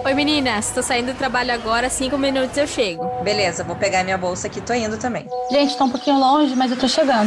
Oi meninas, tô saindo do trabalho agora, 5 minutos eu chego. Beleza, vou pegar minha bolsa aqui, tô indo também. Gente, tá um pouquinho longe, mas eu tô chegando.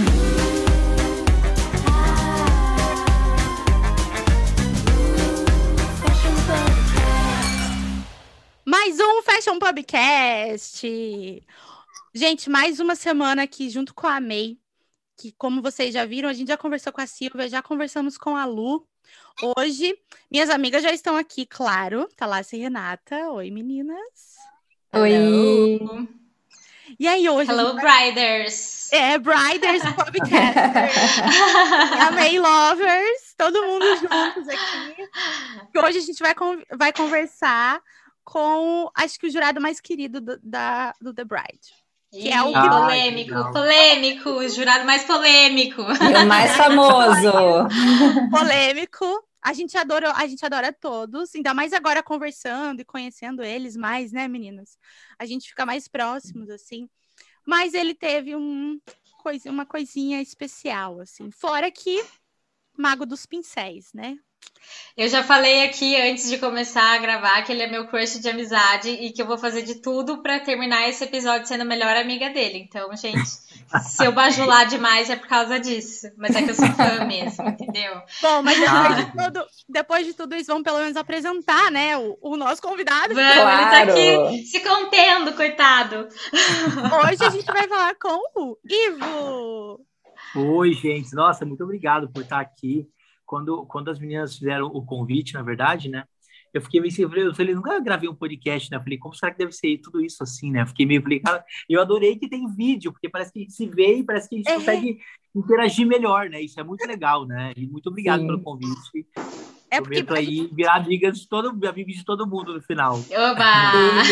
Mais um Fashion Pubcast! Gente, mais uma semana aqui junto com a May, que como vocês já viram, a gente já conversou com a Silvia, já conversamos com a Lu. Hoje, minhas amigas já estão aqui, claro. Thalassa e Renata. Oi, meninas. Oi! E aí, hoje... Hello, Briders! Briders Pubcasters! E a May Lovers, todo mundo juntos aqui. E hoje a gente vai conversar com, acho que o jurado mais querido do The Bride. Que é o polêmico, o jurado mais polêmico. E o mais famoso. Polêmico. A gente adora todos, ainda mais agora conversando e conhecendo eles mais, né, meninas? A gente fica mais próximos, assim. Mas ele teve uma coisinha especial, assim. Fora que Mago dos Pincéis, né? Eu já falei aqui antes de começar a gravar que ele é meu crush de amizade e que eu vou fazer de tudo pra terminar esse episódio sendo a melhor amiga dele. Então, gente, se eu bajular demais é por causa disso. Mas é que eu sou fã mesmo, entendeu? Bom, mas depois de tudo eles vão pelo menos apresentar, né, o nosso convidado. Vamos, claro. Ele tá aqui se contendo, coitado. Hoje a gente vai falar com o Ivo. Oi, gente. Nossa, muito obrigado por estar aqui. Quando as meninas fizeram o convite, na verdade, né? Eu fiquei meio assim, eu falei, nunca gravei um podcast, né? Eu falei, como será que deve ser tudo isso assim, né? Eu fiquei meio, falei, cara, eu adorei que tem vídeo, porque parece que a gente se vê e parece que a gente consegue interagir melhor, né? Isso é muito legal, né? E muito obrigado pelo convite. Prometo aí virar amigos de todo mundo no final. Oba!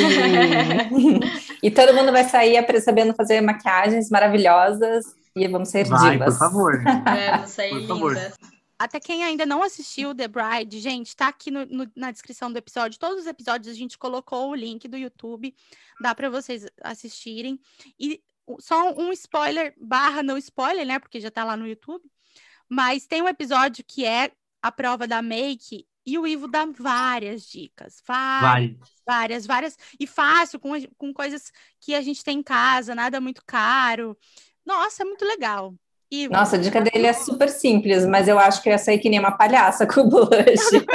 E todo mundo vai sair sabendo fazer maquiagens maravilhosas e vamos ser divas. Por favor. Vamos sair lindas. Até quem ainda não assistiu The Bride, gente, tá aqui na descrição do episódio. Todos os episódios a gente colocou o link do YouTube. Dá para vocês assistirem. E só um spoiler, não spoiler, né? Porque já tá lá no YouTube. Mas tem um episódio que é a prova da make e o Ivo dá várias dicas. Várias. E fácil, com coisas que a gente tem em casa, nada muito caro. Nossa, é muito legal. Nossa, a dica dele é super simples, mas eu acho que eu ia sair que nem uma palhaça com o blush.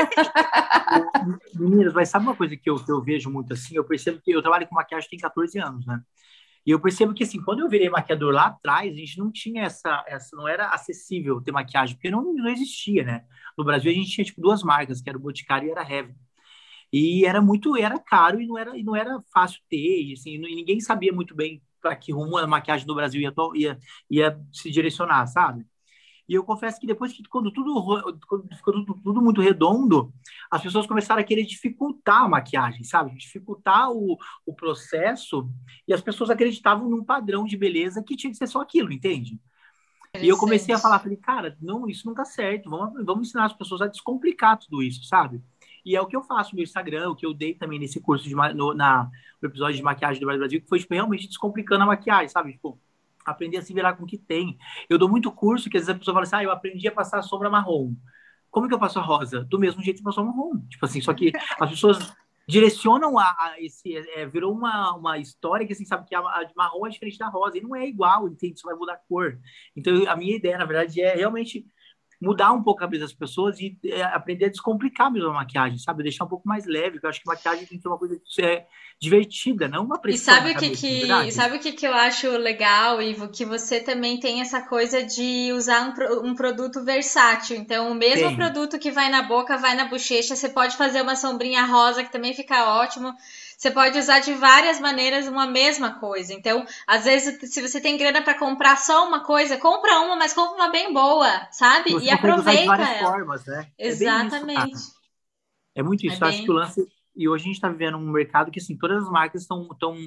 Meninas, mas sabe uma coisa que eu vejo muito assim? Eu percebo que eu trabalho com maquiagem tem 14 anos, né? E eu percebo que, assim, quando eu virei maquiador lá atrás, a gente não tinha não era acessível ter maquiagem, porque não existia, né? No Brasil, a gente tinha, tipo, 2 marcas, que era o Boticário e era a Heaven. E era caro e não era fácil ter, e, assim, ninguém sabia muito bem para que rumo a maquiagem do Brasil ia se direcionar, sabe? E eu confesso que depois que quando ficou tudo muito redondo, as pessoas começaram a querer dificultar a maquiagem, sabe? Dificultar o processo, e as pessoas acreditavam num padrão de beleza que tinha que ser só aquilo, entende? E eu comecei a falei, cara, não, isso não tá certo, vamos ensinar as pessoas a descomplicar tudo isso, sabe? E é o que eu faço no meu Instagram, o que eu dei também nesse curso no episódio de maquiagem do Brasil, que foi tipo, realmente descomplicando a maquiagem, sabe? Tipo, aprender a se virar com o que tem. Eu dou muito curso que às vezes a pessoa fala assim, eu aprendi a passar a sombra marrom. Como que eu passo a rosa? Do mesmo jeito que passou marrom. Tipo assim, só que as pessoas direcionam virou uma história que assim, sabe que a de marrom é diferente da rosa, e não é igual, entende? Isso vai mudar a cor. Então, a minha ideia, na verdade, é realmente mudar um pouco a cabeça das pessoas e aprender a descomplicar mesmo a maquiagem, sabe? Deixar um pouco mais leve, porque eu acho que maquiagem tem que ser uma coisa divertida, não uma pressão. E sabe o que eu acho legal, Ivo? Que você também tem essa coisa de usar um produto versátil. Então, o mesmo produto que vai na boca, vai na bochecha. Você pode fazer uma sombrinha rosa, que também fica ótimo. Você pode usar de várias maneiras uma mesma coisa. Então, às vezes, se você tem grana para comprar só uma coisa, compra uma, mas compra uma bem boa, sabe? Você e aproveita usar de várias ela. Formas, né? Exatamente. É muito isso. Acho que o lance... E hoje a gente está vivendo um mercado que, assim, todas as marcas estão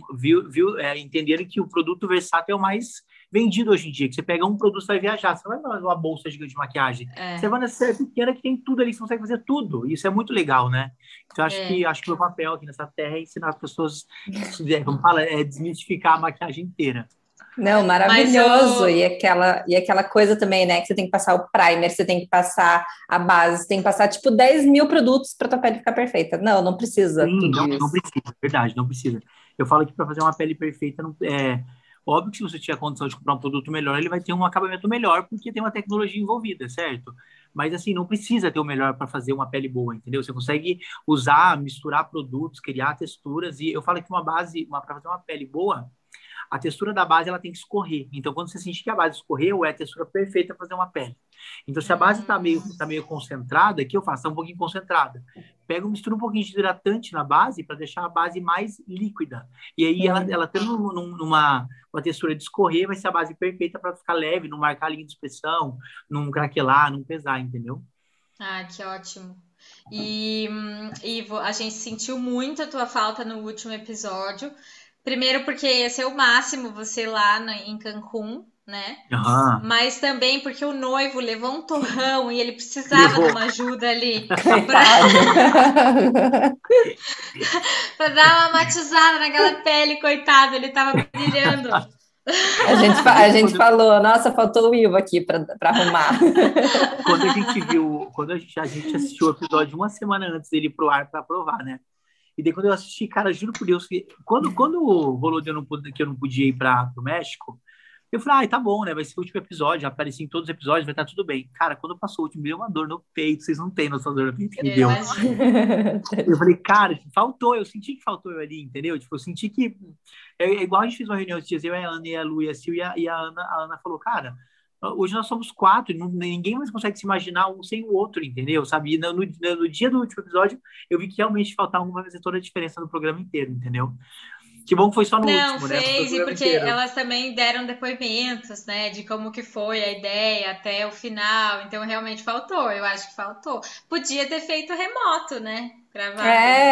entendendo que o produto versátil é o mais vendido hoje em dia. Que você pega um produto, você vai viajar. Você não vai uma bolsa gigante de maquiagem. Você vai nessa série pequena que tem tudo ali, você consegue fazer tudo. Isso é muito legal, né? Então, acho que o meu papel aqui nessa terra é ensinar as pessoas, como fala, desmistificar a maquiagem inteira. Não, maravilhoso. E aquela coisa também, né? Que você tem que passar o primer, você tem que passar a base, você tem que passar, tipo, 10 mil produtos para tua pele ficar perfeita. Não precisa Sim, tudo não isso. precisa, verdade, não precisa. Eu falo que para fazer uma pele perfeita, óbvio que se você tiver condição de comprar um produto melhor, ele vai ter um acabamento melhor, porque tem uma tecnologia envolvida, certo? Mas assim, não precisa ter o melhor para fazer uma pele boa, entendeu? Você consegue usar, misturar produtos, criar texturas, e eu falo que para fazer uma pele boa, a textura da base ela tem que escorrer. Então, quando você sentir que a base escorreu, é a textura perfeita para fazer uma pele. Então, se a base está meio concentrada, o que eu faço? Está um pouquinho concentrada. Pego, misturo um pouquinho de hidratante na base para deixar a base mais líquida. E aí, ela tendo uma textura de escorrer, vai ser a base perfeita para ficar leve, não marcar a linha de expressão, não craquelar, não pesar, entendeu? Ah, que ótimo. E, Ivo, a gente sentiu muito a tua falta no último episódio. Primeiro porque ia ser o máximo você lá em Cancún, né? Aham. Mas também porque o noivo levou um torrão e ele precisava de uma ajuda ali para dar uma matizada naquela pele, coitado, ele tava brilhando. A gente falou, nossa, faltou o Ivo aqui para arrumar. Quando a gente assistiu o episódio uma semana antes dele ir pro ar para aprovar, né? E daí quando eu assisti, cara, juro por Deus, que quando rolou que eu não podia ir para o México, eu falei, tá bom, né? Vai ser o último episódio, apareci em todos os episódios, vai estar tudo bem. Cara, quando passou o último, me deu uma dor no peito, vocês não têm noção da dor no peito que me deu. Eu falei, cara, faltou, eu senti que faltou eu ali, entendeu? Tipo, eu senti que... É igual a gente fez uma reunião esses dias, eu, a Ana, e a Lu, e a Sil, e a Ana falou, cara, hoje nós somos 4, ninguém mais consegue se imaginar um sem o outro, entendeu? Sabe? E no dia do último episódio, eu vi que realmente faltava uma fazer toda a diferença no programa inteiro, entendeu? Que bom que foi só no último, né? Não, fez, e porque elas também deram depoimentos, né? De como que foi a ideia até o final. Então, realmente faltou, eu acho que faltou. Podia ter feito remoto, né? Gravado.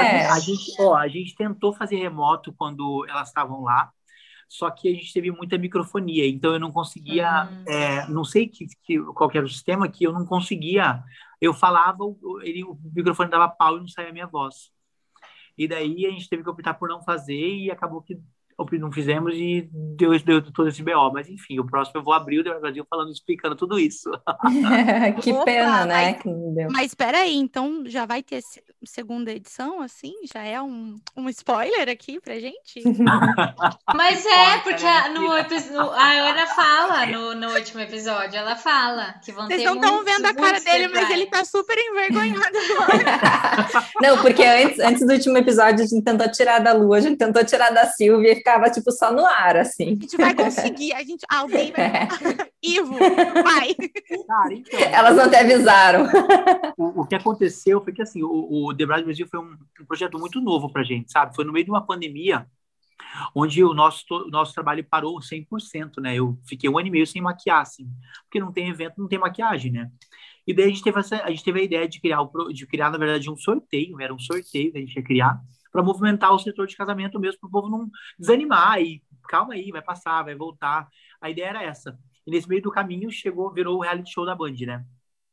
A gente tentou fazer remoto quando elas estavam lá, só que a gente teve muita microfonia, então eu não conseguia, não sei qual que era o sistema, que eu não conseguia, eu falava, o microfone dava pau e não saía a minha voz. E daí a gente teve que optar por não fazer e acabou que não fizemos e deu todo esse BO. Mas enfim, o próximo eu vou abrir o The Brasil explicando tudo isso. Que pena, né? Que não deu. Mas espera aí, então já vai ter segunda edição, assim? Já é um spoiler aqui pra gente? Mas porque a Ana fala no último episódio, ela fala que vão Vocês ter não estão vendo a cara dele, mas ele tá super envergonhado agora. Não, porque antes do último episódio a gente tentou tirar da Lu, a gente tentou tirar da Silvia e ficava tipo só no ar, assim. A gente vai conseguir, alguém vai... Ivo, vai! Cara, então, elas não te avisaram. O que aconteceu foi que assim, o The Bride Brasil foi um projeto muito novo pra gente, sabe? Foi no meio de uma pandemia, onde o nosso trabalho parou 100%, né? Eu fiquei 1 ano e meio sem maquiar, assim, porque não tem evento, não tem maquiagem, né? E daí a gente teve a ideia de criar, na verdade, um sorteio, era um sorteio que a gente ia criar, para movimentar o setor de casamento mesmo, para o povo não desanimar e calma aí, vai passar, vai voltar. A ideia era essa. E nesse meio do caminho virou o reality show da Band, né?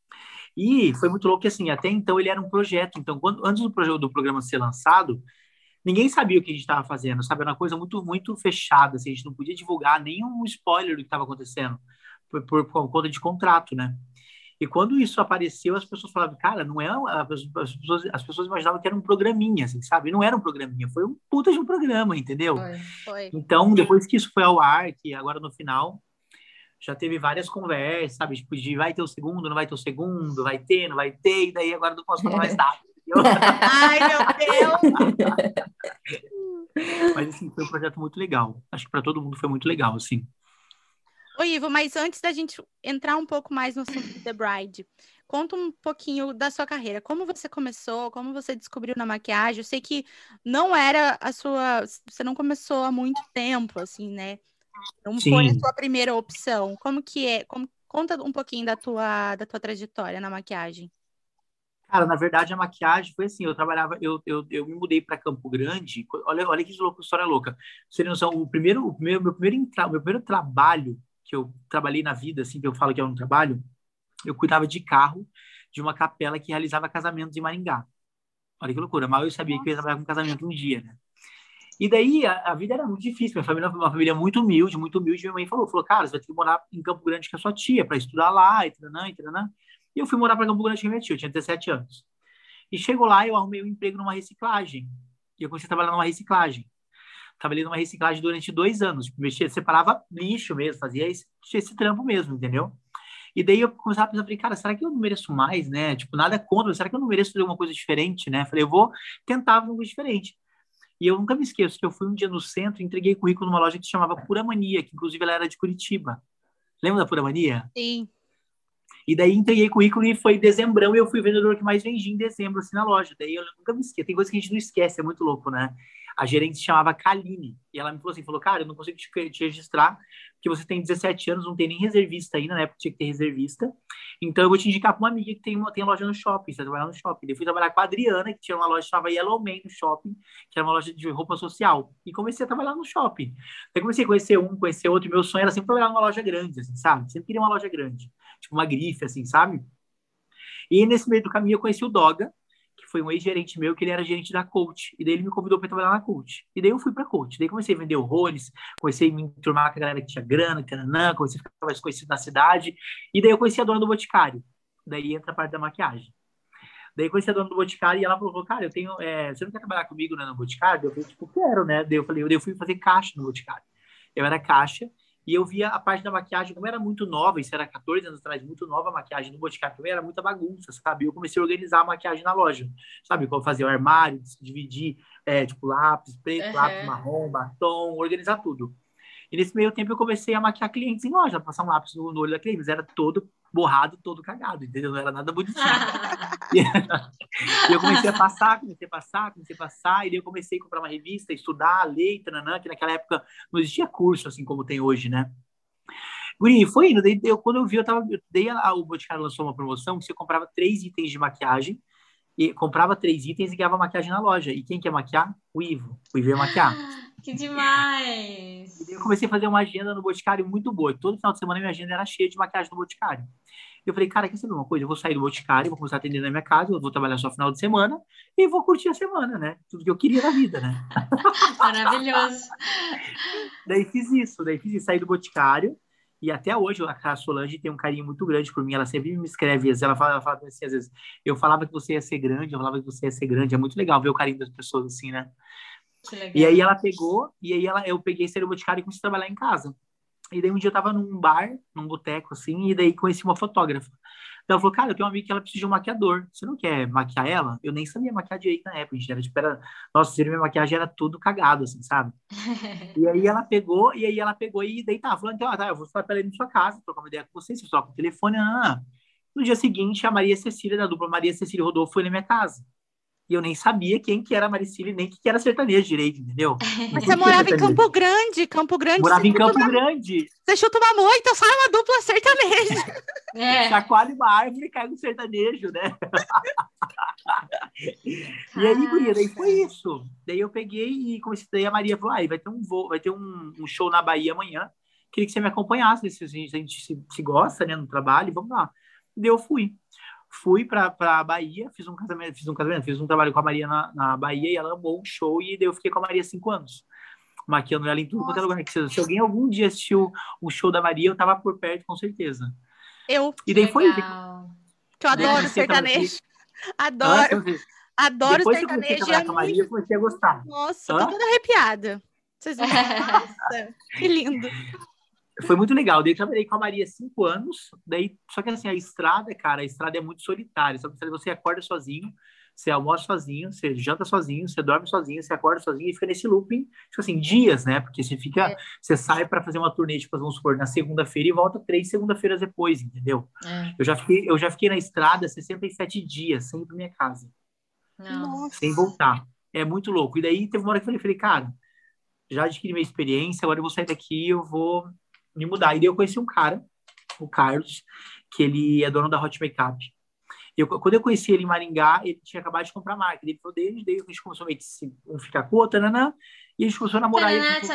E foi muito louco que, assim, até então ele era um projeto. Então, antes do programa ser lançado, ninguém sabia o que a gente estava fazendo, sabe? Era uma coisa muito, muito fechada, assim, a gente não podia divulgar nenhum spoiler do que estava acontecendo por conta de contrato, né? E quando isso apareceu, as pessoas falavam, cara, não é... As pessoas imaginavam que era um programinha, assim, sabe? Não era um programinha, foi um puta de um programa, entendeu? Foi. Então, depois que isso foi ao ar, que agora no final, já teve várias conversas, sabe? Tipo, de vai ter o segundo, não vai ter o segundo, vai ter, não vai ter, e daí agora não posso falar mais nada, entendeu? Ai, meu Deus! Mas, assim, foi um projeto muito legal. Acho que para todo mundo foi muito legal, assim. Ô, Ivo, mas antes da gente entrar um pouco mais no assunto de The Bride, conta um pouquinho da sua carreira. Como você começou? Como você descobriu na maquiagem? Eu sei que não era você não começou há muito tempo, assim, né? Não Sim. foi a sua primeira opção. Como que é? Conta um pouquinho da tua trajetória na maquiagem. Cara, na verdade, a maquiagem foi assim, eu me mudei para Campo Grande, olha que história louca. Você tem noção, meu primeiro trabalho que eu trabalhei na vida, assim, que eu falo que é um trabalho, eu cuidava de carro de uma capela que realizava casamentos em Maringá. Olha que loucura, mal eu sabia que eu ia trabalhar com casamento um dia, né? E daí a vida era muito difícil. Minha família foi uma família muito humilde, muito humilde. Minha mãe falou, cara, você vai ter que morar em Campo Grande com a sua tia para estudar lá, e taranã, e taranã. E eu fui morar para Campo Grande com a minha tia, eu tinha 17 anos. E chegou lá, eu arrumei um emprego numa reciclagem. E eu comecei a trabalhar numa reciclagem. Trabalhei numa reciclagem durante 2 anos. Mexia, separava lixo mesmo, fazia esse trampo mesmo, entendeu? E daí eu começava a pensar, falei, cara, será que eu não mereço mais, né? Tipo, nada contra, será que eu não mereço fazer uma coisa diferente, né? Falei, eu vou tentar uma coisa diferente. E eu nunca me esqueço que eu fui um dia no centro e entreguei currículo numa loja que se chamava Pura Mania, que inclusive ela era de Curitiba. Lembra da Pura Mania? Sim. E daí entreguei currículo e foi em dezembrão e eu fui o vendedor que mais vendi em dezembro, assim, na loja. Daí eu nunca me esqueço. Tem coisa que a gente não esquece, é muito louco, né? A gerente se chamava Kaline. E ela me falou assim, cara, eu não consigo te registrar, porque você tem 17 anos, não tem nem reservista ainda, na época tinha que ter reservista. Então eu vou te indicar para uma amiga que tem loja no shopping, você vai trabalhar no shopping. Daí eu fui trabalhar com a Adriana, que tinha uma loja que chamava Yellow Man no shopping, que era uma loja de roupa social. E comecei a trabalhar no shopping. Daí comecei a conhecer outro. E meu sonho era sempre trabalhar numa loja grande, assim, sabe? Sempre queria uma loja grande. Tipo uma grife, assim, sabe? E nesse meio do caminho eu conheci o Doga, que foi um ex-gerente meu, que ele era gerente da Coach. E daí ele me convidou para trabalhar na Coach. E daí eu fui para Coach. Daí comecei a vender horrores, comecei a me enturmar com a galera que tinha grana, comecei a ficar mais conhecido na cidade. E daí eu conheci a dona do Boticário. Daí entra a parte da maquiagem. Daí conheci a dona do Boticário e ela falou, cara, eu tenho... você não quer trabalhar comigo, né, no Boticário? Eu falei, tipo, quero, né? Daí eu fui fazer caixa no Boticário. Eu era caixa. E eu via a parte da maquiagem, como era muito nova, isso era 14 anos atrás, muito nova a maquiagem no Boticário, também era muita bagunça, sabe? Eu comecei a organizar a maquiagem na loja, sabe? Como fazer o armário, dividir, tipo, lápis preto, lápis marrom, batom, organizar tudo. E nesse meio tempo eu comecei a maquiar clientes em loja, passar um lápis no olho da cliente, mas era todo borrado, todo cagado, entendeu? Não era nada bonitinho. E eu comecei a passar, e daí eu comecei a comprar uma revista, estudar, ler, tananã, que naquela época não existia curso, assim como tem hoje, né? Guri, foi indo, daí quando eu vi, o Boticário lançou uma promoção que você comprava 3 itens de maquiagem, e comprava 3 itens e ganhava maquiagem na loja. E quem quer maquiar? O Ivo. O Ivo ia maquiar. Que demais! E daí eu comecei a fazer uma agenda no Boticário muito boa. Todo final de semana minha agenda era cheia de maquiagem no Boticário. Eu falei, cara, quer saber uma coisa? Eu vou sair do Boticário, vou começar a atender na minha casa, eu vou trabalhar só final de semana e vou curtir a semana, né? Tudo que eu queria na vida, né? Maravilhoso! Daí fiz isso, saí do Boticário. E até hoje a Solange tem um carinho muito grande por mim, ela sempre me escreve, ela fala assim, às vezes, eu falava que você ia ser grande, é muito legal ver o carinho das pessoas assim, né? Que legal. E aí ela pegou, eu peguei esse Boticário e comecei a trabalhar em casa. E daí um dia eu tava num bar, num boteco assim, e daí conheci uma fotógrafa. Então ela falou, cara, eu tenho uma amiga que ela precisa de um maquiador, você não quer maquiar ela? Eu nem sabia maquiar direito na época, gente, nossa, minha maquiagem era tudo cagado, assim, sabe? E aí ela pegou e daí tá, falou, então, eu vou falar pra ela ir na sua casa, trocar uma ideia com você troca o telefone, No dia seguinte, a Maria Cecília, da dupla Maria Cecília Rodolfo, foi na minha casa. E eu nem sabia quem que era a Maricília, nem que era sertanejo direito, entendeu? Mas você morava em Campo Grande. Morava em Campo Grande. Você chuta uma moita, sai uma dupla sertaneja. Chacoalha uma árvore e cai no sertanejo, né? E aí, guria, daí foi isso. Daí eu peguei e comecei, daí a Maria falou, vai ter um show na Bahia amanhã, queria que você me acompanhasse, se a gente se gosta, né, no trabalho, vamos lá. Daí eu fui pra Bahia, fiz um trabalho com a Maria na Bahia, e ela amou o show, e daí eu fiquei com a Maria 5 anos, maquiando ela em tudo quanto é lugar. Se alguém algum dia assistiu um show da Maria, eu tava por perto, com certeza. E daí foi. Que eu adoro sertanejo. Adoro depois sertanejo. Que eu comecei a trabalhar com a Maria, eu comecei a gostar. Nossa, tô toda arrepiada. Vocês vão... Nossa, que lindo. Foi muito legal. Daí eu trabalhei com a Maria 5 anos. Só que assim, a estrada é muito solitária. Você acorda sozinho, você almoça sozinho, você janta sozinho, você dorme sozinho, você acorda sozinho e fica nesse looping, tipo assim, dias, né? Porque você sai para fazer uma turnê, tipo, vamos supor, na segunda-feira e volta 3 segunda-feiras depois, entendeu? Eu já fiquei na estrada 67 dias, sem ir pra minha casa. Nossa. Sem voltar. É muito louco. E daí teve uma hora que eu falei, cara, já adquiri minha experiência, agora eu vou sair daqui e eu vou me mudar. E daí eu conheci um cara, o Carlos, que ele é dono da Hot Makeup. Quando eu conheci ele em Maringá, ele tinha acabado de comprar a marca. Ele falou dele, daí a gente começou a meio que ficar com outra, e a gente começou a namorar.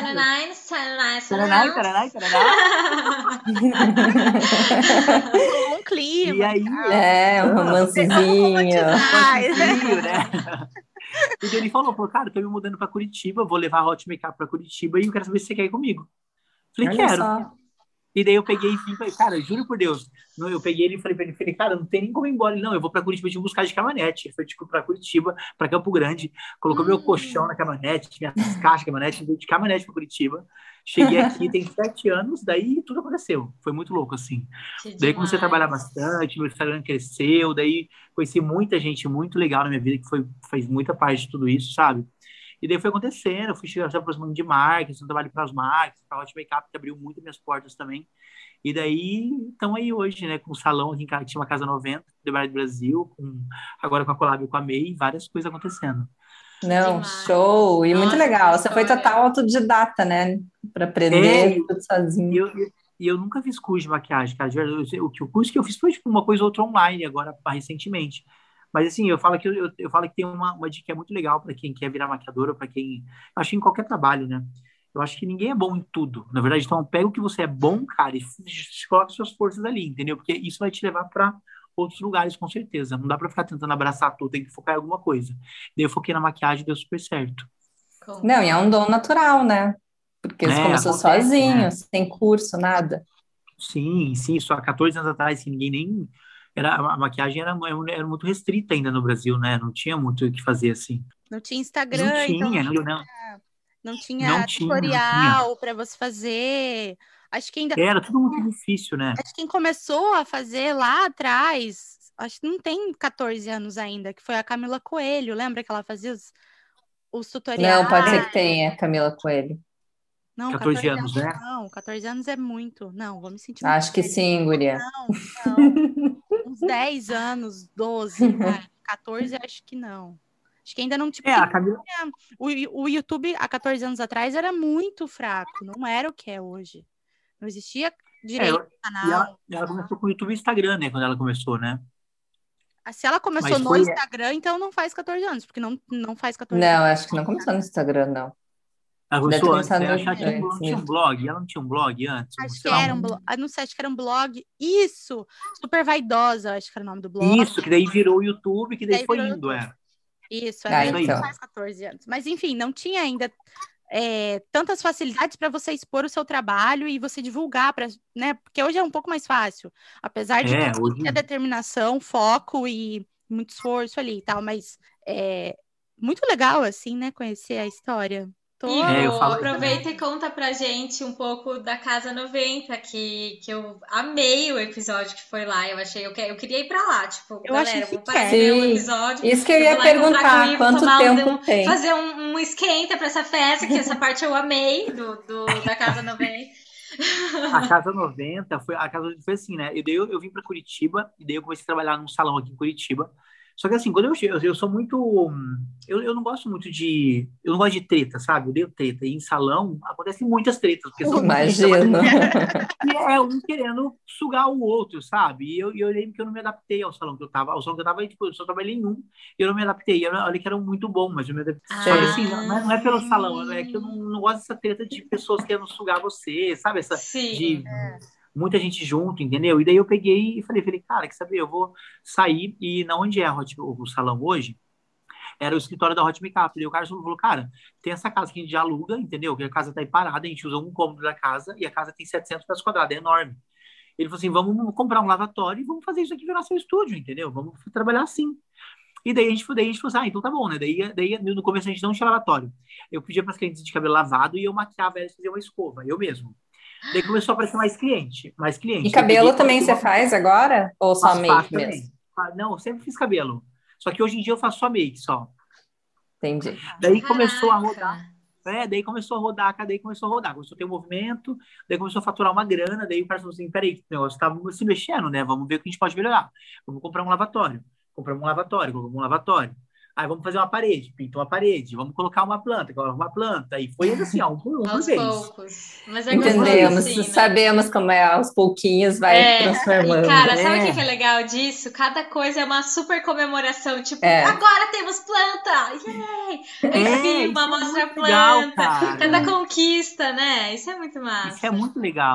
Um clima. E aí, um romancezinho. né? E daí ele falou, cara, eu tô me mudando pra Curitiba, vou levar a Hot Makeup pra Curitiba e eu quero saber se você quer ir comigo. Falei, Olha quero. só. E daí eu peguei e falei, cara, juro por Deus. Eu peguei ele e falei pra ele, cara, não tem nem como ir embora. Ele, não, eu vou pra Curitiba te buscar de caminhonete. Ele foi, tipo, pra Curitiba, pra Campo Grande, colocou meu colchão na caminhonete, minhas caixas de caminhonete, veio de caminhonete pra Curitiba. Cheguei aqui, tem 7 anos, daí tudo aconteceu. Foi muito louco, assim. Que Daí comecei a trabalhar demais. bastante, meu Instagram cresceu, daí conheci muita gente muito legal na minha vida, que fez muita parte de tudo isso, sabe? E daí foi acontecendo, eu fui se aproximando de marcas, eu trabalho para as marcas, para a Hot Makeup, que abriu muito minhas portas também. E daí, estamos aí hoje, né, com o salão aqui em casa, que chama Casa 90, do Bar do Brasil, agora com a collab com a MEI, várias coisas acontecendo. Não, Demais. show. E muito Nossa, legal. que Você foi história. total autodidata, né? Para aprender tudo E sozinho. eu nunca fiz curso de maquiagem, cara. O curso que eu fiz foi tipo, uma coisa ou outra online, agora, recentemente. Mas assim, eu falo que eu falo que tem uma dica que é muito legal para quem quer virar maquiadora, para quem. Acho que em qualquer trabalho, né? Eu acho que ninguém é bom em tudo. Na verdade, então pega o que você é bom, cara, e coloca suas forças ali, entendeu? Porque isso vai te levar para outros lugares, com certeza. Não dá para ficar tentando abraçar tudo, tem que focar em alguma coisa. Daí eu foquei na maquiagem e deu super certo. Não, e é um dom natural, né? Porque você começou Acontece, sozinho, né? sem curso, nada. Sim, sim, só há 14 anos atrás, que ninguém nem. A maquiagem era muito restrita ainda no Brasil, né? Não tinha muito o que fazer assim. Não tinha Não Instagram, então tinha, não não tinha tinha, não tinha. tutorial para você fazer. Acho que ainda, Era tudo muito difícil, né? acho que quem começou a fazer lá atrás, acho que não tem 14 anos ainda, que foi a Camila Coelho. Lembra que ela fazia os Não, pode ser tutoriais? que tenha, Camila Coelho. Não, 14 14 anos, anos né? não, 14 anos é muito. Não, vou me sentir muito Acho que velha. sim, guria. Não, não. Uns 10 anos, 12, vai. 14 acho que não. Acho que ainda não, tipo, A Camila. o YouTube há 14 anos atrás era muito fraco, não era o que é hoje. Não existia É, direito ao e canal. ela começou com o YouTube e Instagram, né? Quando ela começou, né? Se ela começou Mas no foi. Instagram, então não faz 14 anos, porque não faz 14 anos. Não, acho que não começou no Instagram, não. Ela Deve ter começou antes, começado né? Acho que ela antes não tinha um mesmo. blog. Ela não tinha um blog antes, Acho que sei lá, era um blog. Não sei, acho que era um blog. Isso! Super Vaidosa, acho que era o nome do blog. Isso, que daí virou o YouTube, que daí Daí foi virou indo, YouTube. Isso, Ah, Isso daí aí. não então. faz 14 anos. Mas enfim, não tinha ainda tantas facilidades para você expor o seu trabalho e você divulgar, né? Porque hoje é um pouco mais fácil. Apesar de que tem que ter Hoje. determinação, foco e muito esforço ali e tal, mas muito legal, assim, né? Conhecer a história. Eu Ivo, falo. aproveita e conta pra gente um pouco da Casa 90, que eu amei o episódio que foi lá. Eu queria ir pra lá, tipo, Eu achei galera, eu vou parar de chiquérrimo. ver o Sim, episódio, isso que eu eu vou ia lá encontrar com o perguntar, Ivo, quanto tempo tem? fazer um esquenta pra essa festa, que essa parte eu amei da Casa 90. A Casa 90 foi, a Casa 90 foi assim, né? E daí eu vim para Curitiba, e daí eu comecei a trabalhar num salão aqui em Curitiba. Só que assim, quando eu sou muito. Eu não gosto muito de. Eu não gosto de treta, sabe? Eu odeio treta. E em salão acontecem muitas tretas, porque são muita gente Imagino. e é um querendo sugar o outro, sabe? E eu lembro que eu não me adaptei ao salão que eu tava. Ao salão que eu tava, tipo, eu só trabalhei em um, e eu não me adaptei. Olha que era muito bom, mas eu me adaptei. Só que assim, não é pelo salão, é que eu não gosto dessa treta de pessoas querendo sugar você, sabe? Essa Sim. de muita gente junto, entendeu? E daí eu peguei e falei, cara, quer saber? Eu vou sair e na onde é o salão hoje, era o escritório da Hot Makeup. Daí o cara falou, cara, tem essa casa que a gente já aluga, entendeu? Que a casa tá aí parada, a gente usa um cômodo da casa e a casa tem 700 metros quadrados, é enorme. Ele falou assim, vamos comprar um lavatório e vamos fazer isso aqui virar seu estúdio, entendeu? Vamos trabalhar assim. E daí a gente falou assim, então tá bom, né? Daí no começo a gente não tinha lavatório. Eu pedia para as clientes de cabelo lavado e eu maquiava elas e fazia uma escova, eu mesmo. Daí começou a aparecer mais cliente. E cabelo também você faz agora? Ou só make mesmo? Não, eu sempre fiz cabelo. Só que hoje em dia eu faço só make, só. Entendi. Daí começou a rodar. Daí começou a rodar, a cadeia começou a rodar. Começou a ter um movimento, daí começou a faturar uma grana, daí o cara falou assim, peraí, o negócio tá se mexendo, né? Vamos ver o que a gente pode melhorar. Vamos comprar um lavatório. Compramos um lavatório. Aí vamos fazer uma parede, pintou uma parede, vamos colocar uma planta, e foi assim, um por Aos vez. poucos. Mas é Entendemos, gostoso assim, né? Sabemos como é, aos pouquinhos vai transformando. E cara, sabe né? o que é legal disso? Cada coisa é uma super comemoração, tipo, agora temos planta! Yay! Aí filma, isso mostra a muito legal, planta, cara. cada conquista, né? Isso é muito massa. Isso é muito legal.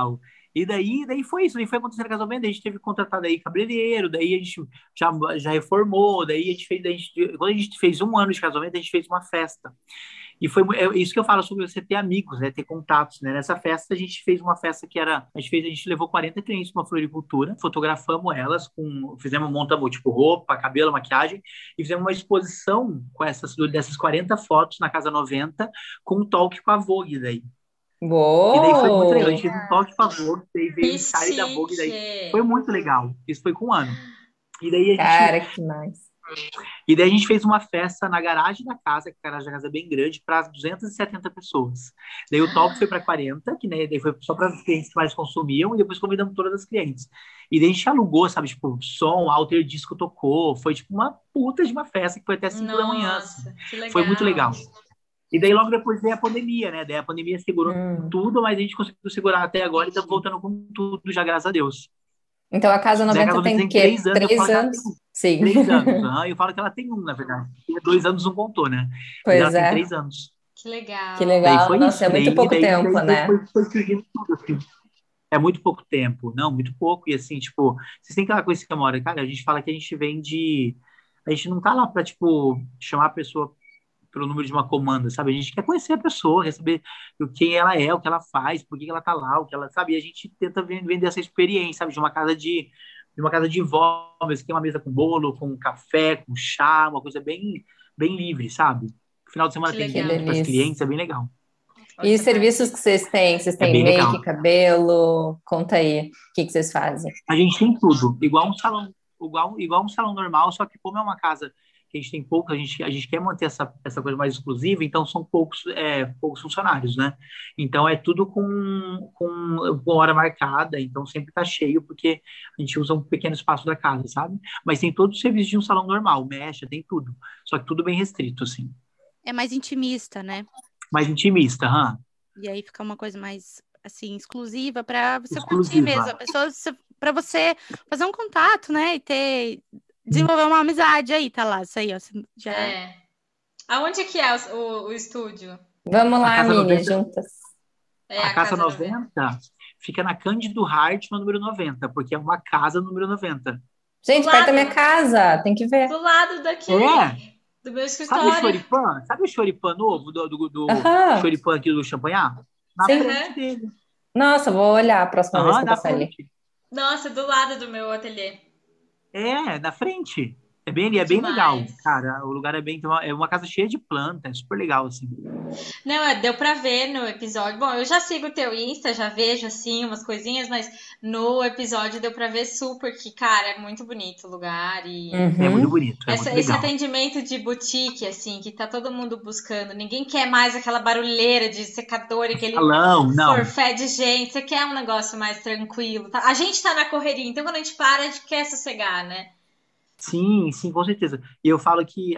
E daí foi isso, daí foi acontecendo o casamento, daí a gente teve contratado aí cabeleireiro, daí a gente já reformou, daí a gente fez, quando a gente fez 1 ano de casamento, a gente fez uma festa. E é isso que eu falo sobre você ter amigos, né, ter contatos, né? Nessa festa a gente fez uma festa que era, a gente levou 40 clientes para uma floricultura, fotografamos elas fizemos montamos tipo roupa, cabelo, maquiagem e fizemos uma exposição com dessas 40 fotos na Casa 90 com um talk com a Vogue daí. Uou! E daí foi muito legal. A gente fez um talk com a Vogue, daí veio o Que ensaio da Vogue, daí chique. foi muito legal. Isso foi com 1 ano. E daí Cara, que nice. E daí a gente fez uma festa na garagem da casa, que a garagem da casa é bem grande, para 270 pessoas. Daí o talk foi para 40, que né, daí foi só para os clientes que mais consumiam, e depois convidamos todas as clientes. E daí a gente alugou, sabe, tipo, som, alter disco tocou, foi tipo uma puta de uma festa que foi até 5 da manhã. Assim. Que legal. Foi muito legal. E daí logo depois veio a pandemia, né? Daí a pandemia segurou tudo, mas a gente conseguiu segurar até agora e estamos voltando com tudo já, graças a Deus. Então a Casa 90 tem o quê? 3 anos? Sim. 3 anos. Eu falo que ela tem 1, na verdade. 2 anos não contou, né? Pois mas ela é. tem 3 anos. Que legal. Que legal. Foi Nossa, isso. é muito pouco tempo, daí né? Foi surgindo tudo, assim. É muito pouco tempo. Não, muito pouco. E assim, tipo, vocês têm aquela coisa que mora, cara, a gente fala que a gente vem de... A gente não tá lá pra, tipo, chamar a pessoa pelo número de uma comanda, sabe? A gente quer conhecer a pessoa, quer saber quem ela é, o que ela faz, por que ela tá lá, o que ela sabe. E a gente tenta vender essa experiência, sabe? De uma casa de vó, mas que tem uma mesa com bolo, com café, com chá, uma coisa bem, bem livre, sabe? No final de semana Que tem legal. cliente para os clientes, é bem legal. E os serviços que vocês têm? Vocês têm bem make, legal. cabelo? Conta aí, o que vocês fazem? A gente tem tudo, igual um salão normal, só que como é uma casa que a gente tem pouco, a gente quer manter essa coisa mais exclusiva, então são poucos funcionários, né? Então é tudo com hora marcada, então sempre tá cheio, porque a gente usa um pequeno espaço da casa, sabe? Mas tem todo o serviço de um salão normal, mecha, tem tudo, só que tudo bem restrito, assim. É mais intimista, né? Mais intimista, E aí fica uma coisa mais, assim, exclusiva para você Exclusiva. curtir mesmo. A pessoa, para você fazer um contato, né? E desenvolver uma amizade aí, tá lá. Isso aí, ó. Já... É. Aonde que é o estúdio? Vamos lá, Casa Mini, 90. juntas. É a Casa 90 fica na Cândido Hartmann, número 90, porque é uma casa número 90. Gente, Do perto da lado. minha casa, tem que ver. Do lado daqui. Do meu Sabe o escritório. Choripan? Sabe o Choripan novo do Aham. Choripan aqui do Champanhar? Na Sim. frente dele. Nossa, vou olhar a próxima vez que eu na passar ali. frente. Nossa, do lado do meu ateliê. Na frente. É bem Demais. legal, cara. O lugar é uma casa cheia de planta, é super legal, assim. Não, deu pra ver no episódio. Bom, eu já sigo o teu Insta, já vejo, assim, umas coisinhas, mas no episódio deu pra ver super que, cara, é muito bonito o lugar e... É muito bonito, muito Esse legal. atendimento de boutique, assim, que tá todo mundo buscando. Ninguém quer mais aquela barulheira de secador, aquele Salão, não. forfé de gente. Você quer um negócio mais tranquilo. Tá? A gente tá na correria, então quando a gente para, a gente quer sossegar, né? Sim, com certeza. E eu falo que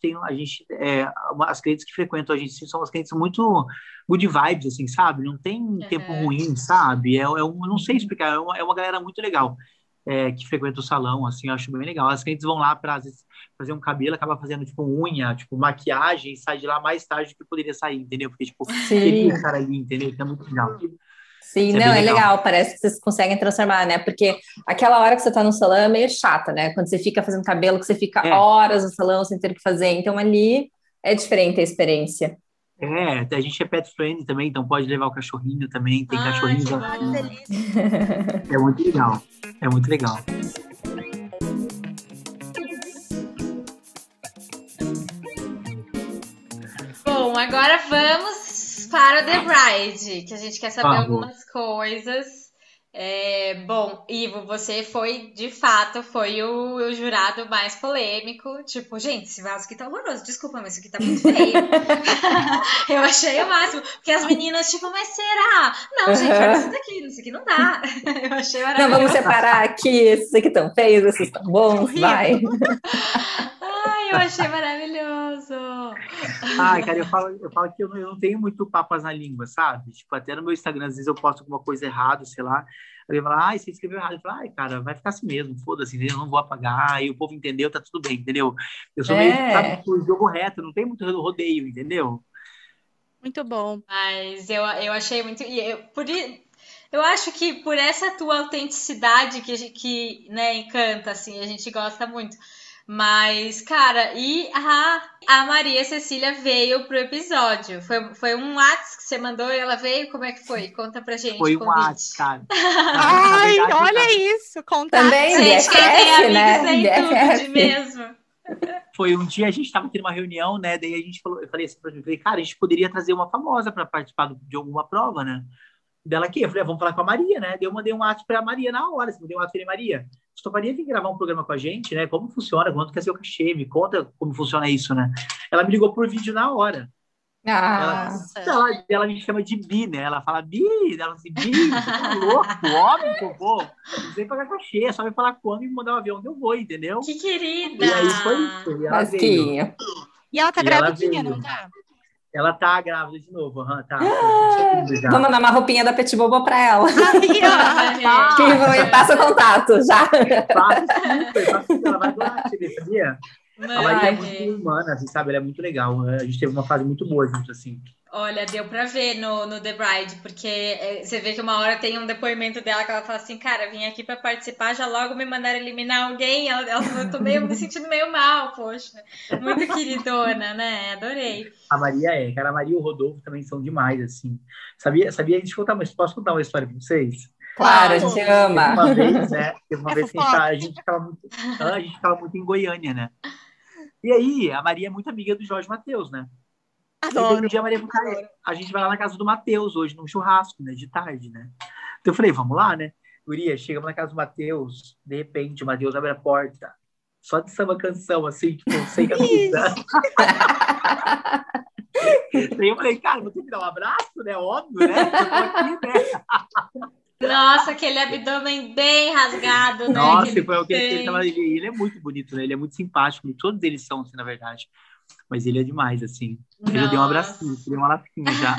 as clientes que frequentam a gente são as clientes muito good vibes, assim, sabe? Não tem tempo ruim, sabe? Não sei explicar, é uma galera muito legal que frequenta o salão, assim, eu acho bem legal. As clientes vão lá para, às vezes, fazer um cabelo, acaba fazendo, tipo, unha, tipo, maquiagem, e sai de lá mais tarde do que poderia sair, entendeu? Porque, tipo, queria estar ali, entendeu? Então é muito legal. Sim, Isso não, bem é legal, parece que vocês conseguem transformar, né? Porque aquela hora que você tá no salão é meio chata, né? Quando você fica fazendo cabelo, que você fica horas no salão sem ter o que fazer. Então ali é diferente a experiência. A gente é pet friendly também, então pode levar o cachorrinho também, tem cachorrinhos. É muito legal, é muito legal. Bom, agora vamos para o The Bride, que a gente quer saber algumas coisas. Bom, Ivo, você de fato, foi o jurado mais polêmico. Tipo, gente, esse vaso aqui tá horroroso. Desculpa, mas isso aqui tá muito feio. Eu achei o máximo. Porque as meninas, tipo, mas será? Não, gente, olha isso aqui não dá. Eu achei maravilhoso. Não, vamos separar aqui, esses aqui estão feios, esses estão bons, vai. Ai, eu achei maravilhoso. Ai, cara, eu falo que eu não tenho muito papas na língua, sabe? Tipo, até no meu Instagram, às vezes eu posto alguma coisa errada, sei lá. Aí eu falo, você escreveu errado. Eu falo, cara, vai ficar assim mesmo, foda-se, eu não vou apagar. Aí o povo entendeu, tá tudo bem, entendeu? Eu sou meio, sabe, o jogo reto, não tem muito rodeio, entendeu? Muito bom. Mas eu achei muito... Eu acho que por essa tua autenticidade que né, encanta, assim, a gente gosta muito. Mas, cara, e a Maria Cecília veio pro episódio. Foi um WhatsApp que você mandou e ela veio? Como é que foi? Conta pra gente Foi o um convite. WhatsApp, cara. Ai, verdade, olha isso, contato. Também, Gente, quem tem BFF, amigo né? tem tudo de BFF. mesmo. Foi um dia, a gente estava tendo uma reunião, né? Daí a gente falou, eu falei assim pra mim, falei, cara, a gente poderia trazer uma famosa para participar de alguma prova, né? Dela aqui, eu falei, vamos falar com a Maria, né? Daí eu mandei um WhatsApp pra Maria na hora, assim, mandei um WhatsApp pra Maria. Você toparia vir gravar um programa com a gente, né? Como funciona? Quanto que é seu cachê? Me conta como funciona isso, né? Ela me ligou por vídeo na hora. Ela me chama de Bi, né? Ela fala, Bi, ela assim, Bi, você tá louco, homem, pô, não sei pagar cachê, é só me falar quando e me mandar um avião que eu vou, entendeu? Que querida! E aí foi isso, e ela veio. E ela tá E ela gravidinha, veio. não tá? Ela tá grávida de novo, tá. Vou mandar uma roupinha da Petit Bobo pra ela. Ah, Que passa o contato, já. Passa super, ela vai adorar te sabia? A Maria é muito humana, assim, sabe? Ela é muito legal. A gente teve uma fase muito boa junto, assim. Olha, deu pra ver no The Bride, porque você vê que uma hora tem um depoimento dela que ela fala assim, cara, vim aqui pra participar, já logo me mandaram eliminar alguém, ela falou, eu tô me sentindo meio mal, poxa. Muito queridona, né? Adorei. A Maria cara, a Maria e o Rodolfo também são demais, assim. Sabia? Deixa eu contar posso contar uma história pra vocês? Claro, a gente ama. Uma vez, né? Teve uma vez que a gente ficava muito em Goiânia, né? E aí, a Maria é muito amiga do Jorge Mateus, né? Adoro. E um dia a Maria falou, cara, a gente vai lá na casa do Mateus hoje, num churrasco, né? De tarde, né? Então eu falei, vamos lá, né? Guria, chegamos na casa do Matheus, de repente o Matheus abre a porta, só de samba canção, assim, tipo, sem camisa. Daí eu falei, cara, vou ter que dar um abraço, né? Óbvio, né? Eu tô aqui, né? Nossa, aquele abdômen bem rasgado, né? Nossa, foi o que ele é muito bonito, né? Ele é muito simpático, todos eles são, assim, na verdade. Mas ele é demais, assim. Ele já deu um abracinho, deu uma latinha já.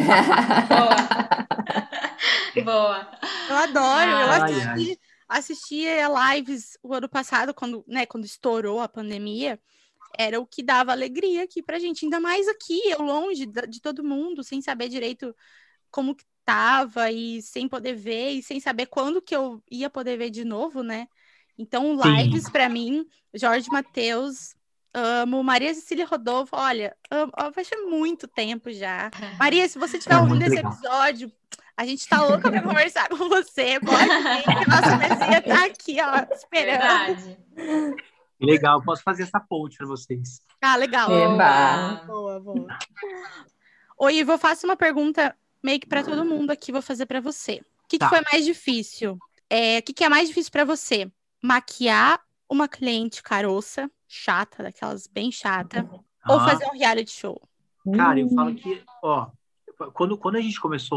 Boa. Eu adoro, eu assisti lives o ano passado, quando estourou a pandemia, era o que dava alegria aqui pra gente, ainda mais aqui, eu longe de todo mundo, sem saber direito como que tava, e sem poder ver, e sem saber quando que eu ia poder ver de novo, né? Então, lives pra mim, Jorge Mateus, amo, Maria Cecília Rodolfo, olha, faz muito tempo já. Maria, se você estiver ouvindo esse episódio, a gente tá louca pra conversar com você, pode vir, que nossa mesinha tá aqui, ó, esperando. Verdade. Legal, posso fazer essa ponte pra vocês. Ah, legal. Boa. Oi, Ivo, eu faço uma pergunta meio que pra todo mundo aqui, vou fazer pra você. O que foi mais difícil? O que é mais difícil pra você? Maquiar uma cliente caroça, chata, daquelas bem chata, ou fazer um reality show? Cara, eu falo que, quando a gente começou,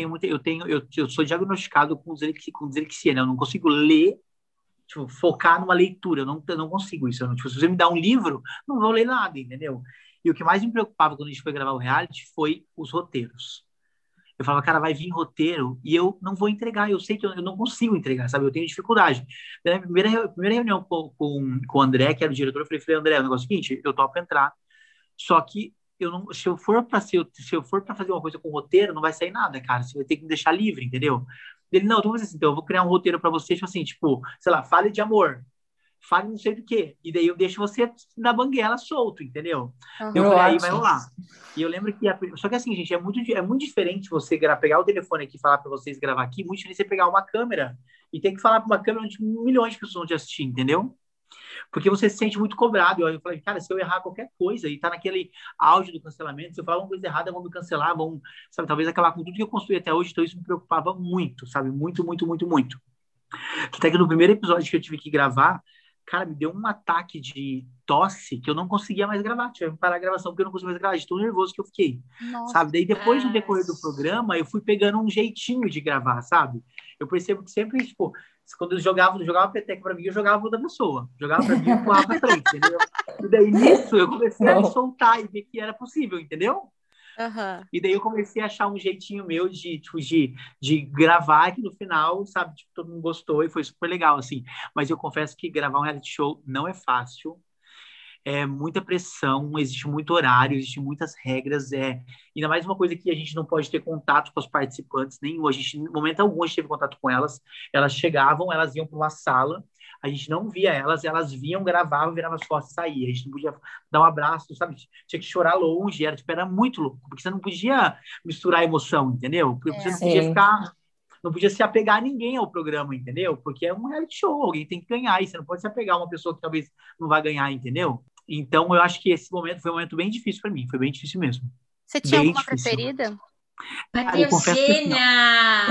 eu sou diagnosticado com dislexia, né? Eu não consigo ler, tipo, focar numa leitura, eu não consigo isso. Se você me dá um livro, não vou ler nada, entendeu? E o que mais me preocupava quando a gente foi gravar o reality foi os roteiros. Eu falava, cara, vai vir roteiro e eu não vou entregar. Eu sei que eu não consigo entregar, sabe? Eu tenho dificuldade. Na primeira reunião com o André, que era o diretor, eu falei, André, o negócio é o seguinte, eu topo entrar. Só que se eu for para fazer uma coisa com roteiro, não vai sair nada, cara. Você vai ter que me deixar livre, entendeu? Ele, não, então vamos fazer assim, então eu vou criar um roteiro para você, tipo assim, tipo, sei lá, fale de amor. Fale não sei do que. E daí eu deixo você na banguela solto, entendeu? Eu falei, aí vai rolar. E eu lembro que... Só que assim, gente, é muito diferente você pegar o telefone aqui e falar para vocês gravar aqui, muito diferente você pegar uma câmera e ter que falar para uma câmera onde milhões de pessoas vão te assistir, entendeu? Porque você se sente muito cobrado. Eu falei, cara, se eu errar qualquer coisa e tá naquele auge do cancelamento, se eu falar uma coisa errada, vão me cancelar, vão, sabe, talvez acabar com tudo que eu construí até hoje. Então isso me preocupava muito, sabe? Muito, muito, muito, muito. Até que no primeiro episódio que eu tive que gravar, cara, me deu um ataque de tosse que eu não conseguia mais gravar. Tive que parar a gravação porque eu não conseguia mais gravar, de tão nervoso que eu fiquei. Nossa, sabe? Daí depois, no decorrer do programa, eu fui pegando um jeitinho de gravar, sabe? Eu percebo que sempre, tipo, quando eu jogava peteca pra mim, eu jogava pra outra pessoa. Jogava pra mim, eu pulava pra frente, entendeu? E daí, nisso, eu comecei a me soltar e ver que era possível, entendeu? Uhum. E daí eu comecei a achar um jeitinho meu de gravar que no final, sabe, tipo, todo mundo gostou e foi super legal, assim. Mas eu confesso que gravar um reality show não é fácil. é muita pressão, existe muito horário, existe muitas regras, ainda mais uma coisa que a gente não pode ter contato com os participantes, nenhum, a gente, em momento algum, a gente teve contato com elas chegavam, elas iam para uma sala, a gente não via elas vinham, gravavam, viravam as costas e saíam, a gente não podia dar um abraço, sabe, tinha que chorar longe, era muito louco, porque você não podia misturar emoção, entendeu? Porque você não podia ficar... Não podia se apegar a ninguém ao programa, entendeu? Porque é um reality show, alguém tem que ganhar, e você não pode se apegar a uma pessoa que talvez não vai ganhar, entendeu? Então, eu acho que esse momento foi um momento bem difícil para mim, foi bem difícil mesmo. Você tinha bem alguma difícil. preferida? Matheusina!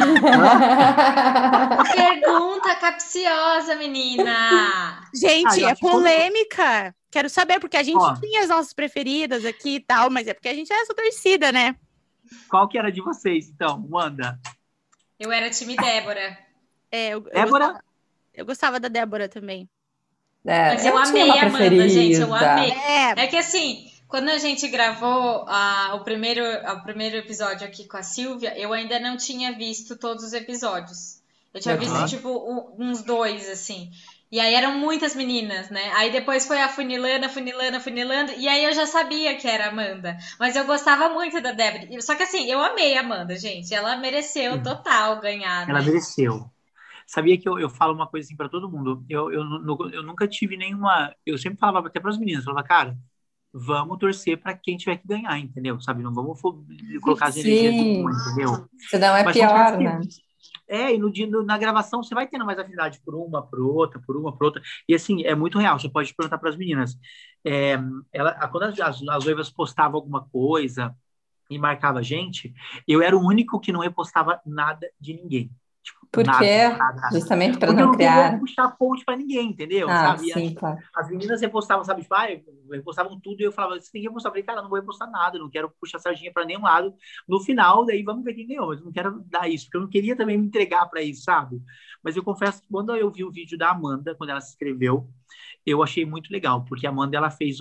Pergunta capciosa, menina! Gente, é acho que polêmica. Quero saber, porque a gente Ó. tinha as nossas preferidas aqui e tal, mas é porque a gente é essa torcida, né? Qual que era de vocês, então? Manda. Eu era time Débora. Débora? Eu gostava da Débora também. Mas eu não tinha amei uma a Amanda, gente. Eu preferida. amei. É, É que assim, quando a gente gravou o primeiro episódio aqui com a Silvia, eu ainda não tinha visto todos os episódios. Eu tinha visto, Aham. tipo, uns 2, assim. E aí eram muitas meninas, né? Aí depois foi afunilando. E aí eu já sabia que era a Amanda. Mas eu gostava muito da Débora. Só que assim, eu amei a Amanda, gente. Ela mereceu total ganhar, Ela né? mereceu. Sabia que eu falo uma coisa assim para todo mundo. Eu nunca tive nenhuma. Eu sempre falava até para as meninas, falava, cara, vamos torcer para quem tiver que ganhar, entendeu? Sabe? Não vamos colocar as energias em uma, entendeu? Senão é Mas pior, confesso que- né? e no dia, na gravação você vai tendo mais afinidade por uma, por outra. E assim, é muito real. Você pode perguntar para as meninas. Quando as noivas postavam alguma coisa e marcava a gente, eu era o único que não repostava nada de ninguém. Tipo, Por nada, quê? nada. Justamente para Porque eu não não queria criar. puxar ponte para ninguém, entendeu? Ah, Sabe? sim, claro. As meninas repostavam, sabe? Tipo, repostavam tudo e eu falava, você tem que repostar. Eu falei, cara, eu não vou repostar nada, eu não quero puxar sardinha para nenhum lado. No final, daí vamos ver quem ganhou, mas eu não quero dar isso, porque eu não queria também me entregar para isso, sabe? Mas eu confesso que quando eu vi o vídeo da Amanda, quando ela se inscreveu, eu achei muito legal, porque a Amanda ela fez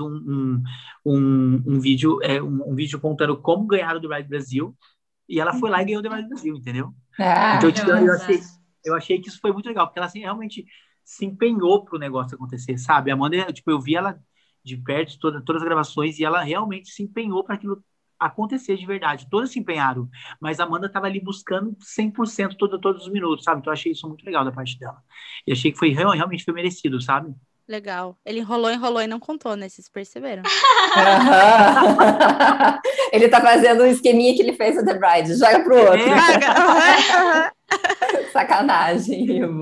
um vídeo, um vídeo contando como ganhar o The Ride Brasil, e ela foi lá e ganhou o The Ride Brasil, entendeu? Ah, Então, tipo, Maravilhosa. eu achei que isso foi muito legal, porque ela assim, realmente se empenhou pro negócio acontecer, sabe? A Amanda, tipo, eu vi ela de perto, todas as gravações, e ela realmente se empenhou para aquilo acontecer de verdade. Todas se empenharam, mas a Amanda estava ali buscando 100% todos os minutos, sabe? Então, eu achei isso muito legal da parte dela. E achei que realmente foi merecido, sabe? legal. Ele enrolou e não contou, né? Vocês perceberam? Aham. Ele tá fazendo um esqueminha que ele fez a The Bride. Joga pro outro. Sacanagem, Ivo.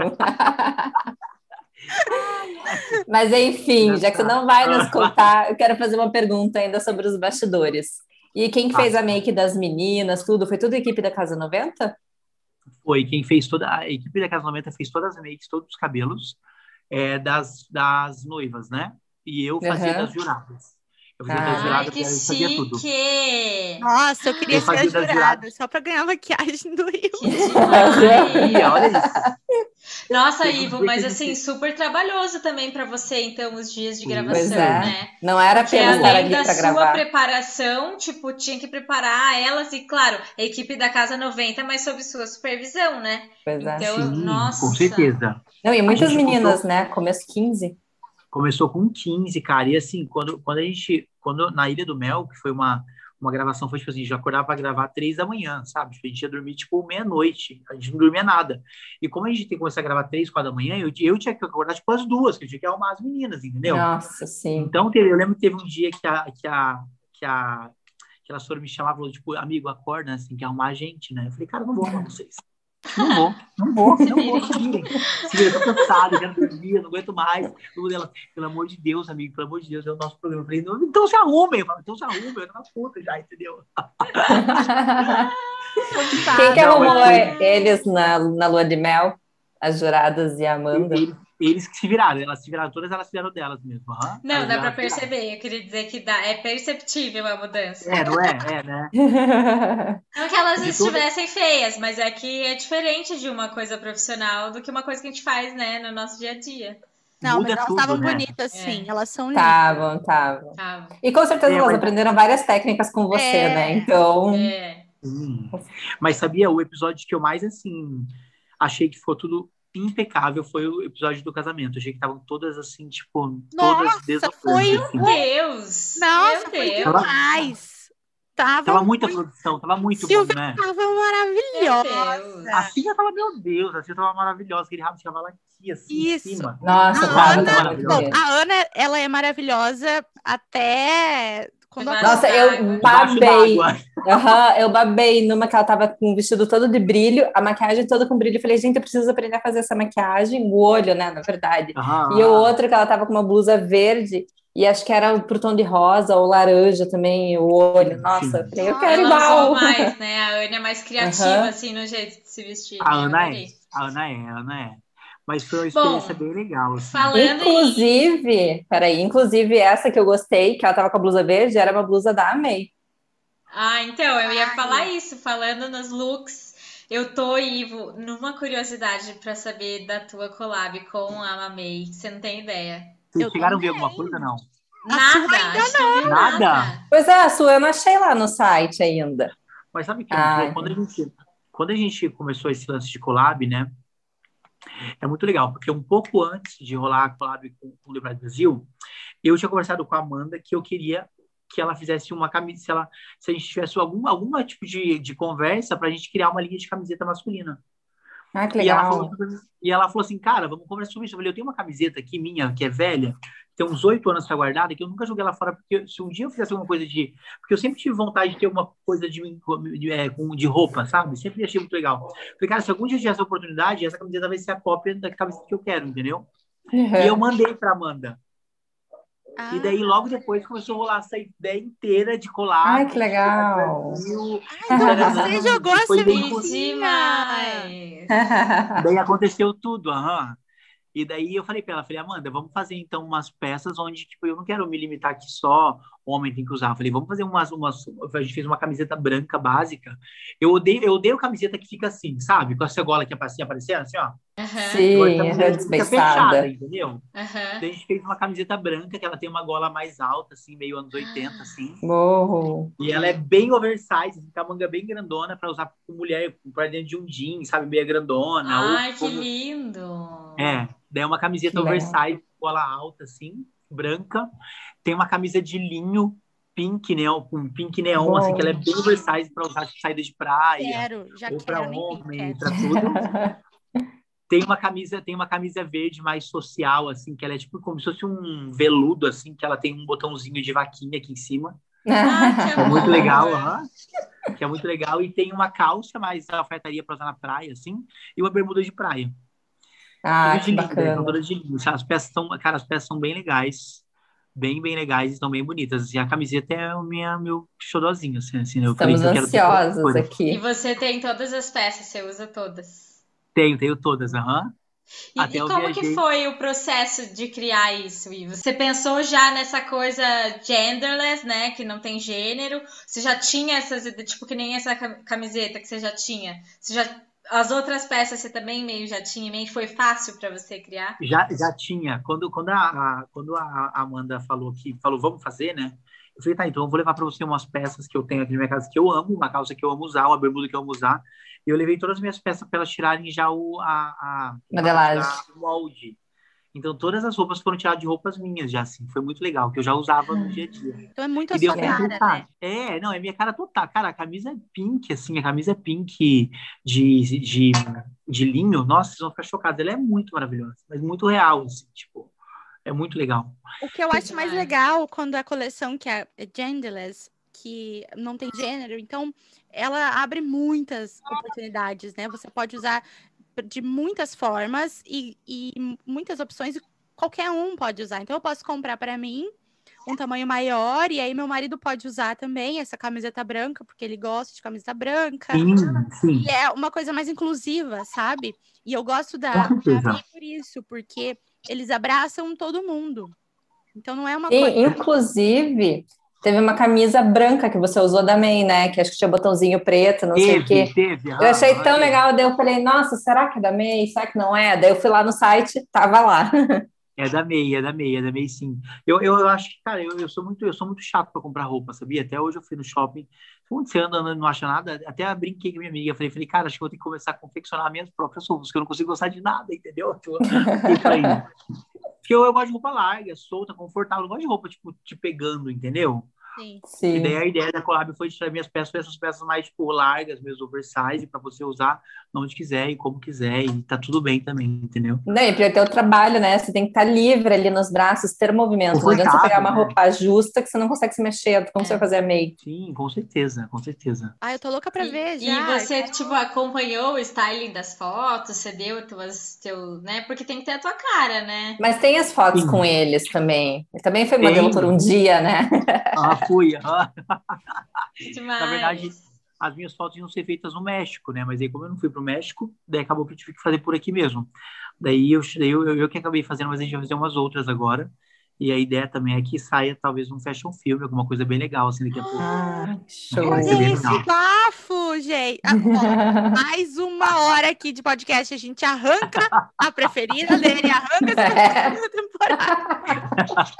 Mas enfim, já que você não vai nos contar, eu quero fazer uma pergunta ainda sobre os bastidores. E quem fez a make das meninas, tudo? Foi tudo a equipe da Casa 90? Foi, quem fez a equipe da Casa 90 fez todas as makes, todos os cabelos das noivas, né? E eu fazia das juradas. Eu fazia das Ai, juradas, que eu fazia tudo. chique! Nossa, eu queria Eu ser a fazia das jurada, juradas. só pra ganhar maquiagem do Rio. Que demais! Olha isso. Nossa, Teve um Ivo, dia mas que a assim, gente- super trabalhoso também para você, então, os dias de Pois gravação, é. né? Não era Porque apenas estar além ali da para sua gravar. preparação, tipo, tinha que preparar elas e, claro, a equipe da Casa 90, mas sob sua supervisão, né? Pois é. Então, Sim, nossa. com certeza. Não, e muitas gente meninas, contou- né? Começo 15. Começou com 15, cara. E assim, quando na Ilha do Mel, que foi uma gravação, foi tipo assim, já acordava pra gravar 3 da manhã, sabe? Tipo, a gente ia dormir tipo meia-noite, a gente não dormia nada. E como a gente tem que começar a gravar 3, 4 da manhã, eu tinha que acordar tipo às 2, que eu tinha que arrumar as meninas, entendeu? Nossa, sim. Então, eu lembro que teve um dia que elas foram me chamar e falou, tipo, amigo, acorda, assim, que arrumar a gente, né? Eu falei, cara, não vou arrumar vocês. Não vou, se virem. Eu tô cansado, eu quero dormir, eu não aguento mais. Ela, pelo amor de Deus, amigo, pelo amor de Deus, é o nosso programa. Eu falei, não, então se arrumem. Eu falo, então se arrumem, eu tô na puta já, entendeu? Quem que Não, arrumou mas eles na lua de mel? As juradas e a Amanda? Eles que se viraram, elas se viraram, todas elas se viraram delas mesmo. Aham. Não, Elas dá pra se viraram. perceber. Eu queria dizer que é perceptível a mudança. Não é, né? Não que elas De toda- estivessem feias, mas é que é diferente de uma coisa profissional do que uma coisa que a gente faz, né, no nosso dia a dia. Não, Muda mas elas tudo, estavam né? bonitas, sim. Elas são lindas. Estavam. Tá. E com certeza elas mas- aprenderam várias técnicas com você, né? Então, É. Mas sabia, o episódio que eu mais, assim, achei que ficou tudo impecável foi o episódio do casamento. Achei que estavam todas assim, tipo, todas Nossa, desafiantes, foi... assim. Meu Deus! Nossa, Meu foi Deus! demais. Tava muita produção, tava muito bom, Silvia né? tava Meu maravilhosa. Deus! A Silvia tava, meu Deus, a Silvia tava maravilhosa, aquele rabo de cavalo aqui, assim, em Isso. cima. Nossa, A tava Ana, muito bom, bonito. a Ana, ela é maravilhosa até quando Debaixo Nossa, d'água. eu Debaixo babei. d'água. Aham, eu babei numa que ela tava com o vestido todo de brilho, a maquiagem toda com brilho. Eu falei, gente, eu preciso aprender a fazer essa maquiagem, o olho, né, na verdade. E o outro que ela tava com uma blusa verde, e acho que era pro tom de rosa ou laranja também, o olho. Nossa, eu falei, eu quero Ela usou igual. mais, né? A Ana é mais criativa, Aham. assim, no jeito de se vestir. A Eu Ana é, adorei. a Ana é. Mas foi uma Bom, experiência bem legal, assim. falando Inclusive essa que eu gostei, que ela tava com a blusa verde, era uma blusa da Amei. então, eu ia Ai. falar isso, falando nos looks. Eu tô, Ivo, numa curiosidade pra saber da tua collab com a Mamei. Você não tem ideia. Vocês Eu chegaram a ver também. alguma coisa, não? Nada, a gente não viu Nada? nada. Pois é, a sua eu não achei lá no site ainda. Mas sabe o que é muito louco? Ai, Quando a gente começou esse lance de collab, né? É muito legal, porque um pouco antes de rolar a collab com o The Bride Brasil, eu tinha conversado com a Amanda que eu queria que ela fizesse uma camisa, se a gente tivesse alguma tipo de conversa pra gente criar uma linha de camiseta masculina. ai, que E legal. ela falou assim, cara, vamos conversar sobre isso. Eu falei, eu tenho uma camiseta aqui minha, que é velha, tem uns 8 anos pra guardada, que eu nunca joguei ela fora, porque se um dia eu fizesse alguma coisa de... Porque eu sempre tive vontade de ter uma coisa de roupa, sabe? Sempre achei muito legal. Falei, cara, se algum dia eu tiver essa oportunidade, essa camiseta vai ser a cópia da camiseta que eu quero, entendeu? E eu mandei pra Amanda. Ah, E daí, logo depois, começou a rolar essa ideia inteira de collab. Ai, que legal. então você jogou a Foi bem Que demais! Daí aconteceu tudo, aham. E daí eu falei pra ela, falei, Amanda, vamos fazer então umas peças onde, tipo, eu não quero me limitar que só homem tem que usar. Eu falei, vamos fazer a gente fez uma camiseta branca básica. Eu odeio camiseta que fica assim, sabe? Com essa gola que aparecendo, assim, ó. Sim, Camiseta que fica fechada, desbeiçada. entendeu? Aham. Daí a gente fez uma camiseta branca, que ela tem uma gola mais alta, assim, meio anos 80, assim. Morro. E ela é bem oversize, assim, com a manga bem grandona pra usar com mulher, pra dentro de um jeans, sabe? Meia grandona. Ai, que lindo! Daí é uma camiseta Que legal. oversize, gola alta, assim, branca. Tem uma camisa de linho pink neon, com pink neon, Bom. assim, que ela é bem oversize pra usar de saída de praia, quero, já ou pra quero, nem homem, quero. pra tudo. Tem uma camisa verde mais social, assim, que ela é tipo como se fosse um veludo, assim, que ela tem um botãozinho de vaquinha aqui em cima. Ai, que É muito amor! legal, aham. Que é muito legal. E tem uma calça mais alfaiataria pra usar na praia, assim, e uma bermuda de praia. Ah, Tudo de que linho, bacana. são todas de linho. As peças são, cara, as peças são bem legais. Bem legais e estão bem bonitas. E a camiseta é meu xodózinho, assim. Eu falei Estamos que eu quero ter ansiosos coisa. E aqui. você tem todas as peças, você usa todas. Tenho todas, aham. Até E eu como que viajei. foi o processo de criar isso, Ivo? Você pensou já nessa coisa genderless, né? Que não tem gênero? Você já tinha essas ideias, tipo que nem essa camiseta que você já tinha? As outras peças você também meio já tinha em mente? Foi fácil para você criar? Já tinha. Quando a Amanda falou, vamos fazer, né? Eu falei, tá, então eu vou levar para você umas peças que eu tenho aqui na minha casa que eu amo, uma calça que eu amo usar, uma bermuda que eu amo usar. E eu levei todas as minhas peças para elas tirarem já o Modelagem. molde. Então todas as roupas foram tiradas de roupas minhas já, assim. Foi muito legal, que eu já usava no dia a dia. Então é muito a E deu sua pra cara, pensar. né? Não, é minha cara total. Cara, a camisa é pink, assim, a camisa é pink de linho. Nossa, vocês vão ficar chocados. Ela é muito maravilhosa, mas muito real, assim, tipo, é muito legal. O que eu acho mais legal quando a coleção que é genderless, que não tem gênero, então ela abre muitas oportunidades, né? Você pode usar de muitas formas e muitas opções, e qualquer um pode usar. Então eu posso comprar para mim um tamanho maior, e aí meu marido pode usar também essa camiseta branca, porque ele gosta de camiseta branca. Sim. E é uma coisa mais inclusiva, sabe? E eu gosto Com certeza. da por isso, porque eles abraçam todo mundo. Então não é uma Sim, coisa... inclusive, teve uma camisa branca que você usou da May, né? Que acho que tinha botãozinho preto, não sei o quê. Teve. Eu achei tão legal, daí eu falei, nossa, será que é da May? Será que não é? Daí eu fui lá no site, tava lá. É da May, sim. Eu acho que, cara, eu sou muito chato para comprar roupa, sabia? Até hoje eu fui no shopping, Quando você anda andando e não acha nada, até brinquei com minha amiga, falei, cara, acho que vou ter que começar a confeccionar minhas próprias roupas, porque eu não consigo gostar de nada, entendeu? Porque eu gosto de roupa larga, solta, confortável, eu não gosto de roupa, tipo, te pegando, entendeu? Sim. E daí a ideia da collab foi tirar minhas peças, essas peças mais, tipo, largas, meio oversize, para você usar onde quiser e como quiser, e tá tudo bem também, entendeu? Não, e para ter o trabalho, né? Você tem que estar livre ali nos braços, ter movimento. Não adianta você pegar uma roupa justa que você não consegue se mexer. Como você vai fazer a make? Sim, com certeza, com certeza. Eu tô louca pra ver já. E você, tipo, acompanhou o styling das fotos? Você deu né? Porque tem que ter a tua cara, né? Mas tem as fotos com eles também. Ele também foi modelo por um dia, né? Fui. Demais. Na verdade, as minhas fotos iam ser feitas no México, né? Mas aí, como eu não fui pro México, daí acabou que eu tive que fazer por aqui mesmo. Daí eu que acabei fazendo, mas a gente vai fazer umas outras agora. E a ideia também é que saia talvez um fashion film, alguma coisa bem legal, assim, daqui a pouco. Show. Olha esse bafo, gente. Mais uma hora aqui de podcast, a gente arranca a preferida dele, arranca essa segunda temporada.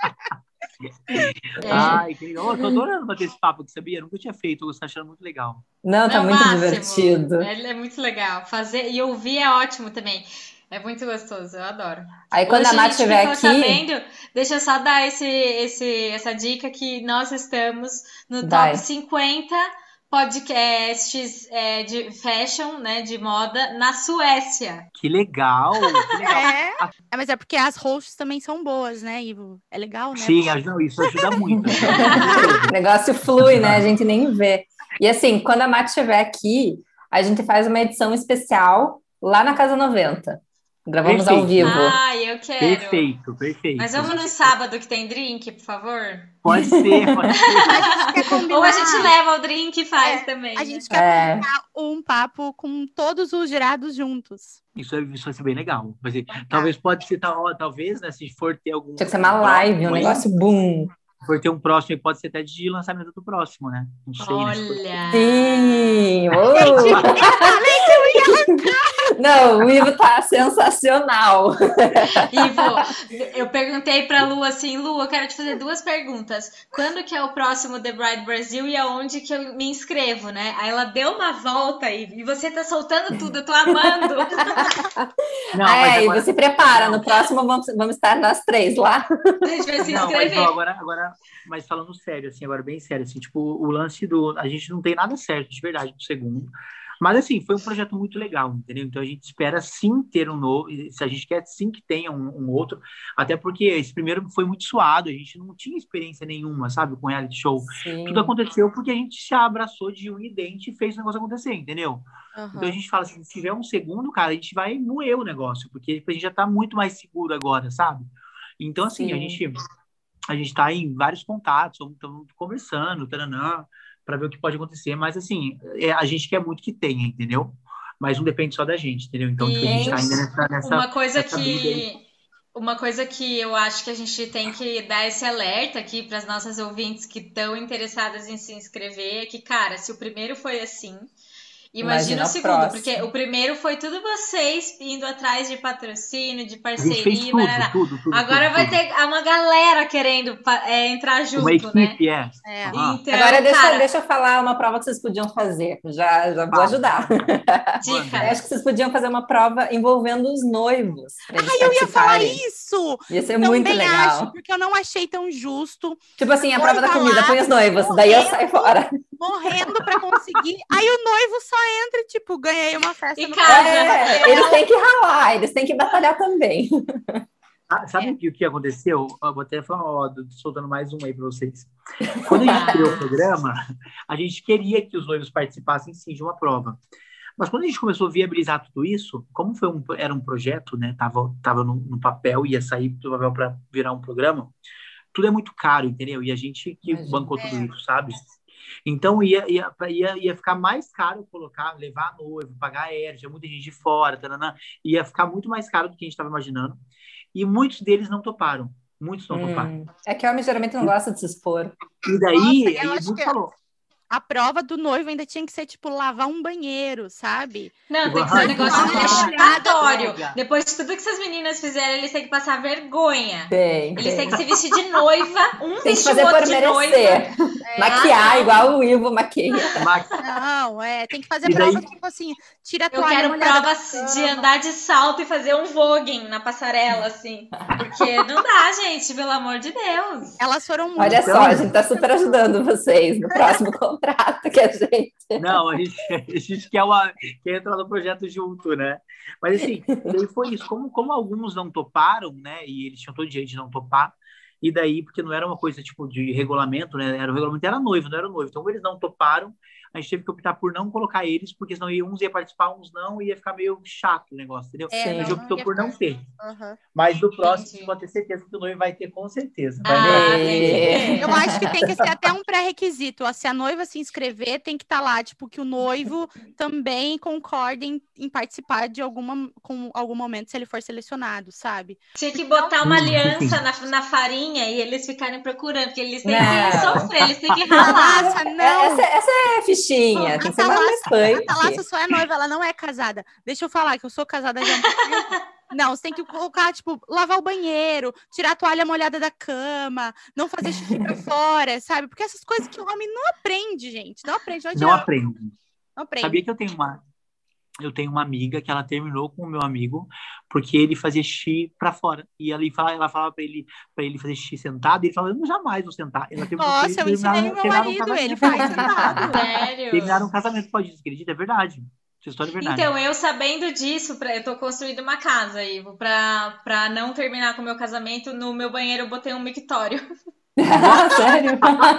Ai, que legal. Eu tô adorando bater esse papo, que sabia? Eu nunca tinha feito, eu tô achando muito legal. Não, tá muito máximo. divertido. É muito legal. Fazer e ouvir é ótimo também. É muito gostoso, eu adoro. Aí quando a Nath estiver aqui... Sabendo, deixa eu só dar essa dica que nós estamos no top 50 podcasts de fashion, né, de moda, na Suécia. Que legal! Mas é porque as hosts também são boas, né, Ivo? É legal, né? Sim, isso ajuda muito. O negócio flui, né? A gente nem vê. E assim, quando a Nath estiver aqui, a gente faz uma edição especial lá na Casa 90. Gravamos ao vivo. Eu quero. Perfeito. Mas vamos no sábado que tem drink, por favor? Pode ser. Ou a gente leva o drink e faz também. A gente quer combinar um papo com todos os jurados juntos. Isso vai ser bem legal. Talvez pode ser, talvez, né? Se for ter algum... Tinha que ser uma live, um negócio boom. Se for ter um próximo, pode ser até de lançamento do próximo, né? Não sei. Olha! Sim! Não, o Ivo tá sensacional. Ivo, eu perguntei pra Lu assim, Lu, eu quero te fazer 2 perguntas. Quando que é o próximo The Bride Brasil e aonde que eu me inscrevo, né? Aí ela deu uma volta e você tá soltando tudo, eu tô amando. Não, mas agora... você prepara, no próximo vamos estar nós 3 lá. A gente vai se inscrever. Agora, mas falando sério, assim, agora bem sério, assim, tipo, o lance a gente não tem nada certo, de verdade, pro segundo. Mas, assim, foi um projeto muito legal, entendeu? Então, a gente espera, sim, ter um novo... Se a gente quer, sim, que tenha um outro. Até porque esse primeiro foi muito suado. A gente não tinha experiência nenhuma, sabe? Com reality show. Sim. Tudo aconteceu porque a gente se abraçou de unidente e fez o negócio acontecer, entendeu? Então, a gente fala assim, se tiver um segundo, cara, a gente vai moer o negócio. Porque a gente já tá muito mais seguro agora, sabe? Então, assim, a gente tá em vários contatos, estamos conversando, taranã, para ver o que pode acontecer, mas assim, a gente quer muito que tenha, entendeu? Mas não depende só da gente, entendeu? Então, a gente tá ainda nessa uma coisa que eu acho que a gente tem que dar esse alerta aqui para as nossas ouvintes que estão interessadas em se inscrever, é que, cara, se o primeiro foi assim, imagina o segundo, porque o primeiro foi tudo vocês indo atrás de patrocínio, de parceria. Tudo, agora vai ter uma galera querendo entrar junto, uma equipe, né? Então, agora deixa eu falar uma prova que vocês podiam fazer. Já vou ajudar. Dica. Eu acho que vocês podiam fazer uma prova envolvendo os noivos. Eu ia falar isso! Ia ser muito legal. Acho, porque eu não achei tão justo. Tipo assim, a prova da comida, põe os noivos, daí eu saio fora. Morrendo pra conseguir. Aí o noivo só entra e, tipo, ganhei uma festa no casa. Eles têm que ralar, eles têm que batalhar também. Sabe o que aconteceu? Eu vou até falar, soltando mais um aí pra vocês. Quando a gente criou o programa, a gente queria que os noivos participassem, sim, de uma prova. Mas quando a gente começou a viabilizar tudo isso, como era um projeto, né? Tava no papel, ia sair do papel para virar um programa, tudo é muito caro, entendeu? E a gente que bancou tudo isso, sabe? Então ia ficar mais caro levar noivo, pagar aéreo, tinha muita gente de fora, taranã, ia ficar muito mais caro do que a gente estava imaginando. E muitos deles não toparam. Muitos não toparam. É que o homem geralmente não gosta de se expor. E daí, muitos falou. A prova do noivo ainda tinha que ser, tipo, lavar um banheiro, sabe? Não, tem que ser um negócio vexatório. Depois de tudo que essas meninas fizeram, eles têm que passar vergonha. Eles têm que se vestir de noiva, tem que fazer por merecer. Maquiar igual o Ivo maquia. Não, tem que fazer prova, tipo assim, tira a toalha. Eu quero prova de andar de salto e fazer um voguing na passarela, assim. Porque não dá, gente, pelo amor de Deus. Elas foram muito... Olha só, a gente tá super ajudando vocês no próximo contrato que a gente... Não, a gente quer entrar no projeto junto, né? Mas assim, daí foi isso. Como alguns não toparam, né? E eles tinham todo o direito de não topar. E daí, porque não era uma coisa tipo de regulamento, né? O regulamento era noivo, não era noivo. Então, como eles não toparam, a gente teve que optar por não colocar eles, porque senão uns iam participar, uns não, e ia ficar meio chato o negócio, entendeu? A gente optou por não ter. Mas do próximo, você pode ter certeza que o noivo vai ter, com certeza. Eu acho que tem que ser até um pré-requisito. Se a noiva se inscrever, tem que estar lá, tipo, que o noivo também concorde em participar de com algum momento, se ele for selecionado, sabe? Tinha que botar uma aliança na farinha e eles ficarem procurando, porque eles têm que sofrer, eles têm que ralar. Nossa, não! Essa é fichinha, tem que ser mais punk. A Thalassa só é noiva, ela não é casada. Deixa eu falar que eu sou casada já há muito tempo. Não, você tem que colocar, tipo, lavar o banheiro, tirar a toalha molhada da cama, não fazer xixi pra fora, sabe? Porque essas coisas que o homem não aprende, gente. Não aprende. Não aprende. Não aprende. Sabia que eu tenho uma amiga que ela terminou com o meu amigo porque ele fazia xixi pra fora. E ela falava pra ele fazer xixi sentado, e ele falava, eu jamais vou sentar. Nossa, eu ensinei o meu marido, ele faz sentado. Sério? Terminaram um casamento, pode acreditar, é verdade. Essa história é verdade. Então, eu sabendo disso, eu tô construindo uma casa, Ivo, pra não terminar com o meu casamento, no meu banheiro eu botei um mictório. Sério?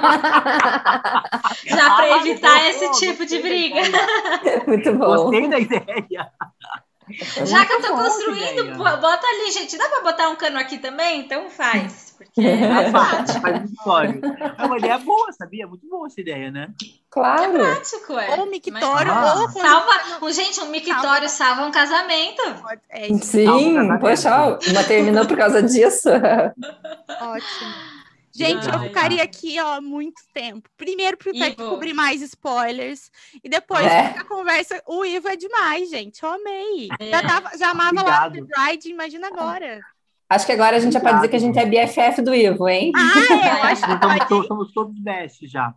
Já pra evitar esse tipo de briga. Muito bom. Gostei da ideia. Já que eu tô construindo, bota ali, gente. Dá pra botar um cano aqui também? Então faz. Porque é prático. Faz mictório. É uma ideia boa, sabia? Muito boa essa ideia, né? Claro. É prático, Ou mictório, Gente, um mictório salva um casamento. Sim, poxa, uma terminou por causa disso. Ótimo. Gente, eu ficaria aqui, muito tempo. Primeiro, para descobrir mais spoilers. E depois, a conversa... O Ivo é demais, gente. Eu amei. Já amava lá no The Bride, imagina agora. Acho que agora a gente já pode dizer que a gente é BFF do Ivo, hein? Eu acho que somos todos best já.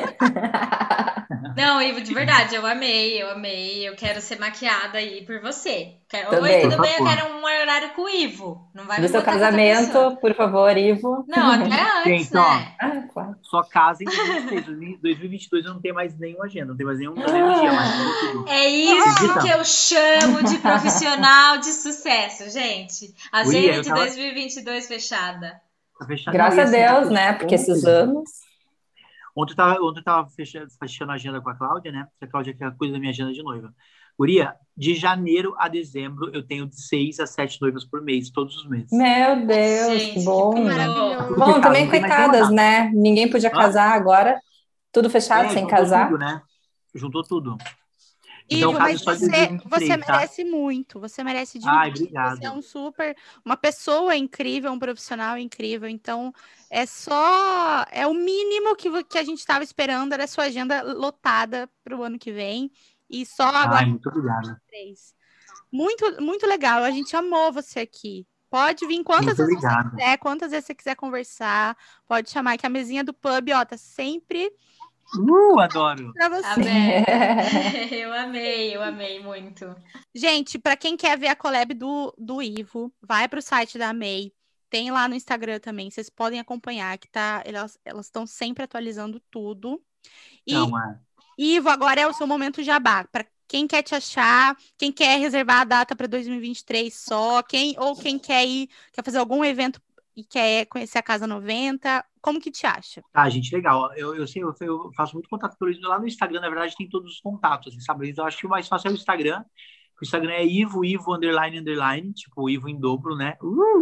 Não, Ivo, de verdade, eu amei. Eu quero ser maquiada aí por você. Também. Oi, tudo bem? Eu quero um horário com o Ivo. Não vai do seu casamento, por favor, Ivo. Não, até antes, gente, né? Claro. Só casa em 2023. 2022 eu não tenho mais nenhuma agenda, não tenho mais nenhum dia. É isso que eu chamo de profissional de sucesso, gente. Agenda de 2022 fechada. Graças a Deus, né? Porque esses anos... Ontem eu tava fechando a agenda com a Cláudia, né? A Cláudia quer coisa da minha agenda de noiva. Guria, de janeiro a dezembro, eu tenho de 6 a 7 noivas por mês, todos os meses. Meu Deus, gente, que bom. Que maravilhoso. Bom, também coitadas, né? Ninguém podia casar agora. Tudo fechado, sem casar. Tudo, né? Juntou tudo. Ivo, então, mas você merece muito, você merece demais. Ai, obrigado. Você é uma pessoa incrível, um profissional incrível, então é o mínimo que a gente estava esperando, era a sua agenda lotada para o ano que vem, e só agora... muito obrigado. Muito, muito legal, a gente amou você aqui. Pode vir quantas vezes você quiser, quantas vezes você quiser conversar, pode chamar, que a mesinha do pub, tá sempre... Adoro. Pra você. Eu amei muito. Gente, para quem quer ver a collab do Ivo, vai pro site da May. Tem lá no Instagram também, vocês podem acompanhar, que elas estão sempre atualizando tudo. E Ivo, agora é o seu momento jabá. Para quem quer te achar, quem quer reservar a data para 2023 só, quem quer fazer algum evento e quer conhecer a Casa 90, como que te acha? Gente, legal. Eu faço muito contato por isso. Lá no Instagram, na verdade, tem todos os contatos, assim, sabe? Eu acho que o mais fácil é o Instagram. O Instagram é Ivo, __, tipo, Ivo em dobro, né?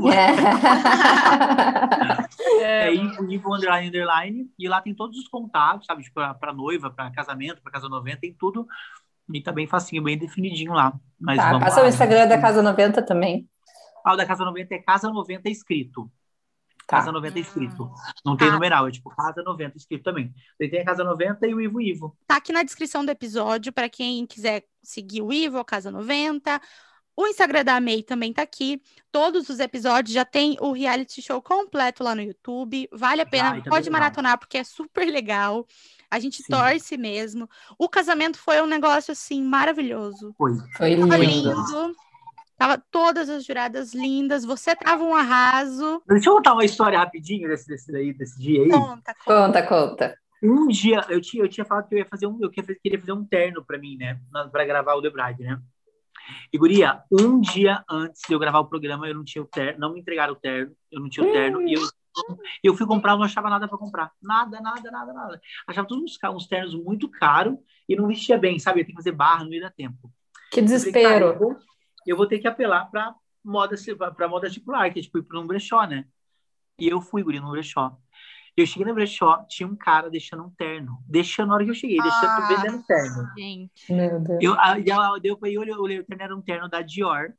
É Ivo, __, e lá tem todos os contatos, sabe? Tipo, pra noiva, pra casamento, pra Casa 90, tem tudo. E tá bem facinho, bem definidinho lá. Mas passa o Instagram da Casa 90 também. O da Casa 90 é Casa 90 escrito. Casa 90 escrito. Não tem numeral, é tipo Casa 90 escrito também. Daí tem a Casa 90 e o Ivo. Tá aqui na descrição do episódio, para quem quiser seguir o Ivo, a Casa 90. O Instagram da May também tá aqui. Todos os episódios já tem o reality show completo lá no YouTube. Vale a pena, pode maratonar, porque é super legal. A gente torce mesmo. O casamento foi um negócio, assim, maravilhoso. Foi lindo. Tava todas as juradas lindas. Você tava um arraso. Deixa eu contar uma história rapidinho desse dia aí. Conta. Um dia, eu tinha falado que eu ia fazer queria fazer um terno pra mim, né? Pra gravar o The Bride, né? E, guria, um dia antes de eu gravar o programa, eu não tinha o terno, não me entregaram o terno, eu não tinha o terno, e eu fui comprar, não achava nada pra comprar. Nada. Achava todos uns ternos muito caros e não vestia bem, sabe? Eu tenho que fazer barra, não ia dar tempo. Que desespero. Eu vou ter que apelar pra moda circular, que é tipo ir pra um brechó, né? E eu fui, guria, num brechó. Eu cheguei no brechó, tinha um cara deixando um terno. Na hora que eu cheguei, vendendo terno. Gente. Meu Deus. Eu olhei, o terno era um terno da Dior.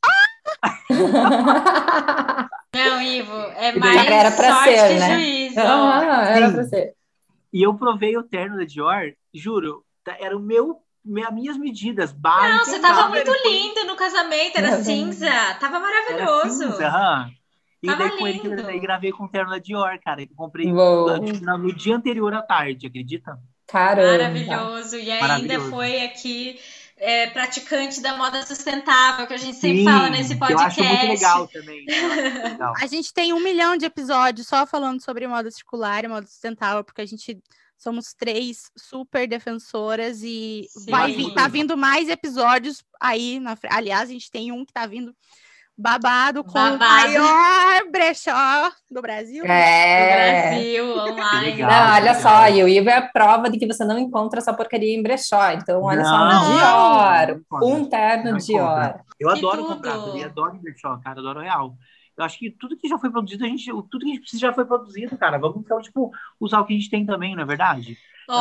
Não, Ivo, é mais era pra sorte ser, que né? juízo. Era pra ser. E eu provei o terno da Dior, juro, era as minhas medidas. Não, você tava muito lindo no casamento, era cinza. Tava maravilhoso. Era cinza, E daí com ele que gravei com o terno da Dior, cara. Eu comprei no dia anterior à tarde, acredita? Caramba. Maravilhoso. E ainda foi aqui praticante da moda sustentável, que a gente sempre fala nesse podcast. Eu acho muito legal também. Legal. A gente tem 1 milhão de episódios só falando sobre moda circular e moda sustentável, porque a gente somos 3 super defensoras e tá vindo mais episódios aí. Aliás, a gente tem um que tá vindo babado com o maior brechó do Brasil. Do Brasil, online. Legal, não, olha só, e o Ivo é a prova de que você não encontra essa porcaria em brechó. Então, olha só, Dior. Um terno Dior. Eu adoro comprar, eu adoro brechó, cara, adoro real. Eu acho que tudo que já foi produzido, tudo que a gente precisa já foi produzido, cara. Vamos então, usar o que a gente tem também, não é verdade?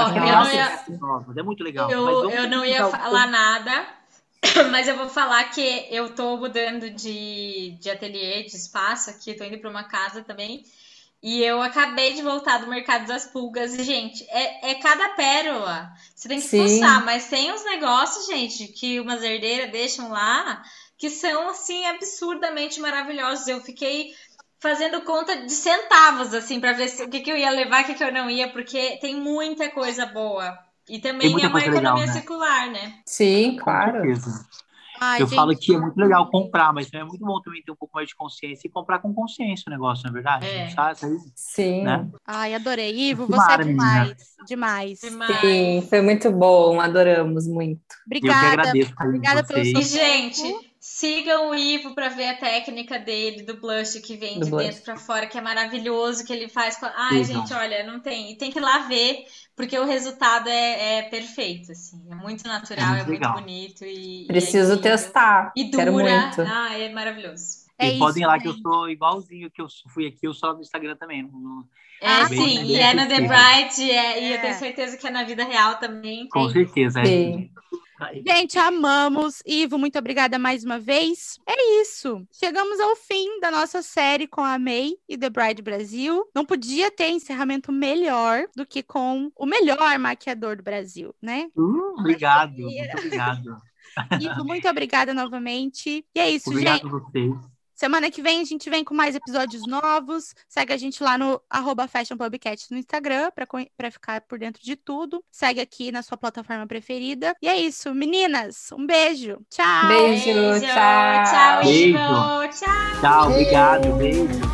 É muito legal. Eu não ia falar nada, mas eu vou falar que eu tô mudando de ateliê, de espaço aqui, tô indo para uma casa também, e eu acabei de voltar do mercado das pulgas, e, gente, é cada pérola, você tem que fuçar, mas tem uns negócios, gente, que umas herdeiras deixam lá, que são, assim, absurdamente maravilhosos. Eu fiquei fazendo conta de centavos, assim, para ver o que eu ia levar, o que eu não ia, porque tem muita coisa boa. E também é uma economia circular, né? Sim, claro. Eu falo que é muito legal comprar, mas é muito bom também ter um pouco mais de consciência e comprar com consciência o negócio, não é verdade? Sim. Né? Ai, adorei. Ivo, você é demais. Sim, foi muito bom, adoramos muito. Obrigada. Eu que agradeço. Obrigada pelo seu tempo. E, gente, sigam o Ivo para ver a técnica dele, do blush que vem de dentro para fora, que é maravilhoso, que ele faz com... Ai, gente, olha, não tem... Tem que ir lá ver, porque o resultado é perfeito, assim. É muito natural, é muito bonito. Preciso testar. E dura. Quero muito. É maravilhoso. E podem ir lá que eu sou igualzinho que eu fui aqui, eu sou no Instagram também. Sim, e é no The Bride, e eu tenho certeza que é na vida real também. Com certeza, Gente, amamos. Ivo, muito obrigada mais uma vez. É isso. Chegamos ao fim da nossa série com a May e The Bride Brasil. Não podia ter encerramento melhor do que com o melhor maquiador do Brasil, né? Obrigado, muito obrigado. Ivo, muito obrigada novamente. E é isso, gente. Obrigado a vocês. Semana que vem a gente vem com mais episódios novos. Segue a gente lá no @FashionPubCat no Instagram para ficar por dentro de tudo. Segue aqui na sua plataforma preferida. E é isso, meninas. Um beijo. Tchau. Beijo, tchau. Tchau, Ivo. Tchau, obrigado. Beijo.